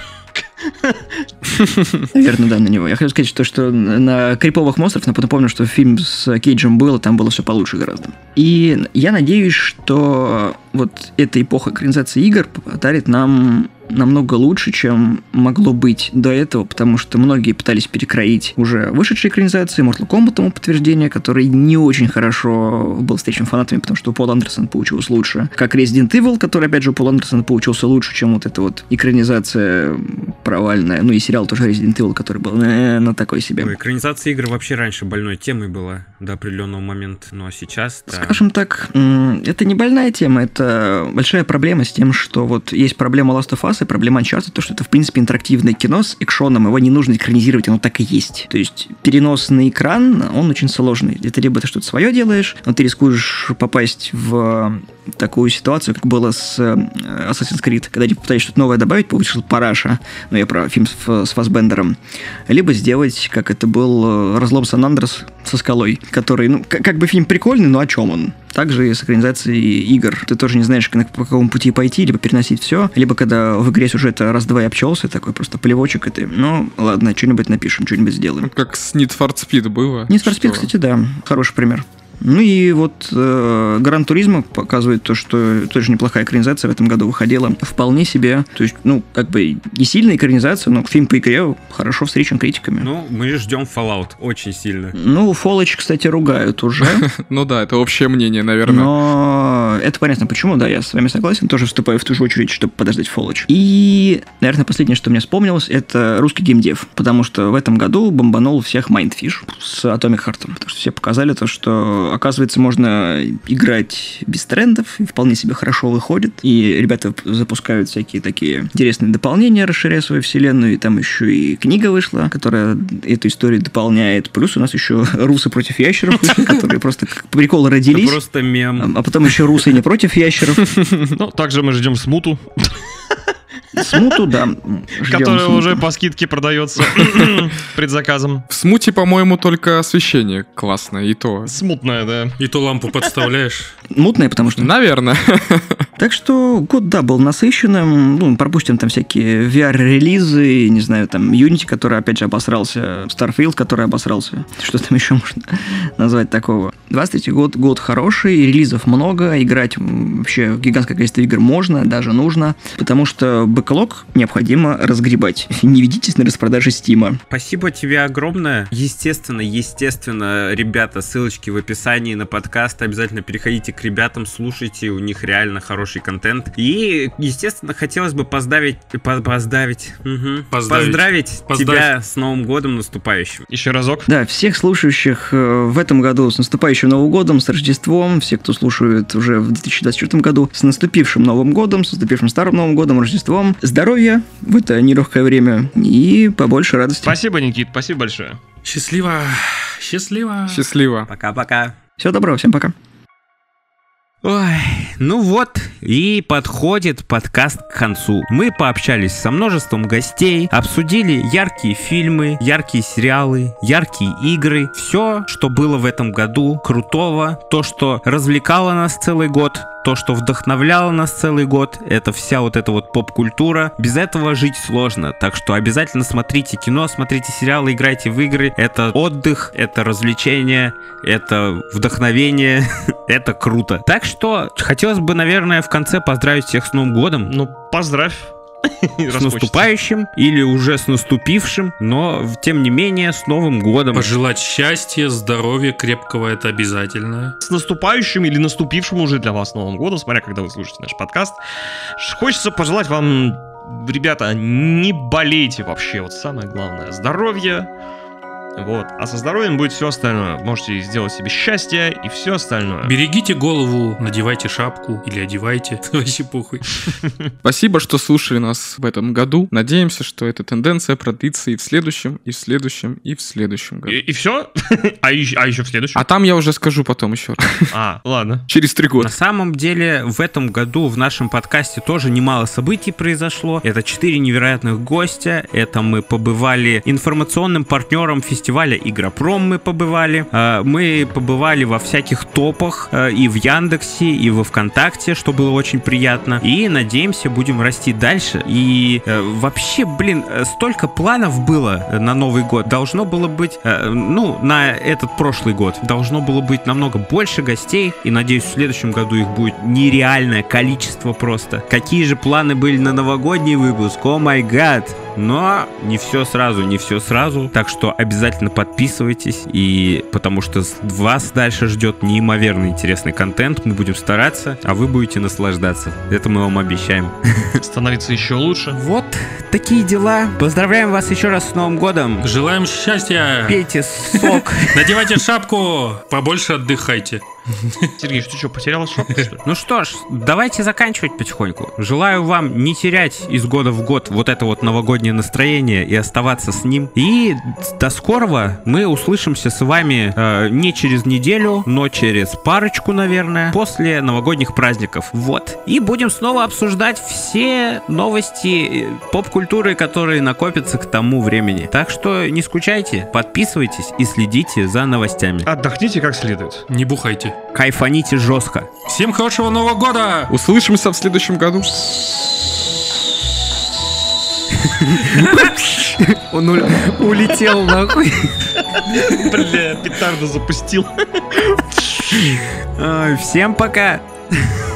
Наверное, да, на него. Я хочу сказать, что на криповых монстров, но потом помню, что фильм с Кейджем был, там было все получше гораздо. И я надеюсь, что вот эта эпоха экранизации игр подарит нам намного лучше, чем могло быть до этого, потому что многие пытались перекроить уже вышедшие экранизации, Mortal Kombat тому подтверждение, который не очень хорошо был встречен фанатами, потому что у Пола Андерсона получилось лучше. Как Resident Evil, который, опять же, у Пола Андерсона получился лучше, чем вот эта вот экранизация провальная. И сериал тоже Resident Evil, который был на такой себе. Экранизация игр вообще раньше больной темой была до определенного момента, но сейчас... Да. Скажем так, это не больная тема, это большая проблема с тем, что вот есть проблема Last of Us и проблема Uncharted, то, что это, в принципе, интерактивное кино с экшоном, его не нужно экранизировать, оно так и есть. То есть перенос на экран, он очень сложный. Это либо ты что-то свое делаешь, но ты рискуешь попасть в такую ситуацию, как было с Assassin's Creed, когда они пытались что-то новое добавить, получил параша, я про фильм с Фассбендером, либо сделать, как это был разлом Сан-Андрес со скалой, который, как бы фильм прикольный, но о чем он? Также и с экранизацией игр. Ты тоже не знаешь, по какому пути пойти, либо переносить все, либо когда в игре сюжет раз-два и обчелся, такой просто плевочек, и ты, ладно, что-нибудь напишем, что-нибудь сделаем. Как с Need for Speed было. Need for Speed, кстати, да, хороший пример. И вот Гран Туризмо показывает то, что тоже неплохая экранизация в этом году выходила. Вполне себе. То есть, как бы не сильная экранизация, но фильм по игре хорошо встречен критиками. Мы ждем Fallout очень сильно. Fallout, кстати, ругают уже. Да, это общее мнение, наверное. Но но это понятно почему, да, я с вами согласен, тоже вступаю в ту же очередь, чтобы подождать Fallout. И, наверное, последнее, что мне вспомнилось, это русский геймдев, потому что в этом году бомбанул всех Mindfish с Atomic Heart, потому что все показали то, что, оказывается, можно играть без трендов, и вполне себе хорошо выходит, и ребята запускают всякие такие интересные дополнения, расширяя свою вселенную, и там еще и книга вышла, которая эту историю дополняет, плюс у нас еще русы против ящеров вышли, которые просто как по приколу родились. Это просто мем. А потом еще русы не против ящеров. Ну, также мы ждем Смуту. Смуту, да. Которая уже по скидке продается предзаказом. В смуте, по-моему, только освещение классное, и то. Смутная, да. И то лампу подставляешь. Мутное, потому что... Наверное. Так что год, да, был насыщенным. Ну, пропустим там всякие VR-релизы, не знаю, там Unity, который, опять же, обосрался, Starfield, который обосрался. Что там еще можно назвать такого? 23-й год хороший, релизов много, играть вообще гигантское количество игр можно, даже нужно, потому что бэклог необходимо разгребать. Не ведитесь на распродаже Стима. Спасибо тебе огромное. Естественно, ребята, ссылочки в описании на подкаст. Обязательно переходите к ребятам, слушайте, у них реально хороший контент. И, естественно, хотелось бы поздравить тебя с Новым годом наступающим. Еще разок. Да, всех слушающих в этом году с наступающим Новым годом, с Рождеством, все, кто слушает уже в 2024 году, с наступившим Новым годом, с наступившим Старым Новым годом, Рождеством. Здоровья в это нелегкое время и побольше радости. Спасибо, Никит, спасибо большое. Счастливо. Пока-пока. Всего доброго, всем пока. Ой, ну вот, и подходит подкаст к концу. Мы пообщались со множеством гостей, обсудили яркие фильмы, яркие сериалы, яркие игры. Все, что было в этом году крутого, то, что развлекало нас целый год, то, что вдохновляло нас целый год, это вся вот эта вот поп-культура. Без этого жить сложно. Так что обязательно смотрите кино, смотрите сериалы, играйте в игры. Это отдых, это развлечение, это вдохновение. Это круто. Так что хотелось бы, наверное, в конце поздравить всех с Новым годом. Ну, поздравь. С наступающим или уже с наступившим, но тем не менее с Новым годом. Пожелать счастья, здоровья крепкого, это обязательно. С наступающим или наступившим уже для вас Новым годом, смотря когда вы слушаете наш подкаст. Хочется пожелать вам, ребята, не болейте вообще, вот самое главное, здоровья. Вот. А со здоровьем будет все остальное. Можете сделать себе счастье и все остальное. Берегите голову, надевайте шапку или одевайте. Вообще похуй. Спасибо, что слушали нас в этом году. Надеемся, что эта тенденция продлится и в следующем, и в следующем, и в следующем году. И все? А еще в следующем? А там я уже скажу потом еще раз. Ладно. Через 3 года. На самом деле, в этом году в нашем подкасте тоже немало событий произошло. Это 4 невероятных гостя. Это мы побывали информационным партнером фестиваля Игропром мы побывали. Мы побывали во всяких топах и в Яндексе, и во ВКонтакте, что было очень приятно. И надеемся, будем расти дальше. И вообще, столько планов было на Новый год. Должно было быть, на этот прошлый год, должно было быть намного больше гостей. И надеюсь, в следующем году их будет нереальное количество просто. Какие же планы были на новогодний выпуск? О май гад! Но не все сразу. Так что обязательно подписывайтесь, и потому что вас дальше ждет неимоверно интересный контент. Мы будем стараться, а вы будете наслаждаться. Это мы вам обещаем. Становится еще лучше. Вот такие дела. Поздравляем вас еще раз с Новым годом. Желаем счастья. Пейте сок. Надевайте шапку. Побольше отдыхайте. Сергей, ты что, потерял шапку, что ли? Ну что ж, давайте заканчивать потихоньку. Желаю вам не терять из года в год вот это вот новогоднее настроение и оставаться с ним. И до скорого. Мы услышимся с вами не через неделю, но через парочку, наверное, после новогодних праздников. Вот. И будем снова обсуждать все новости поп-культуры, которые накопятся к тому времени. Так что не скучайте, подписывайтесь и следите за новостями. Отдохните как следует. Не бухайте. Кайфаните жестко. Всем хорошего Нового года! Услышимся в следующем году. Он улетел нахуй. Бля, петарду запустил. Всем пока.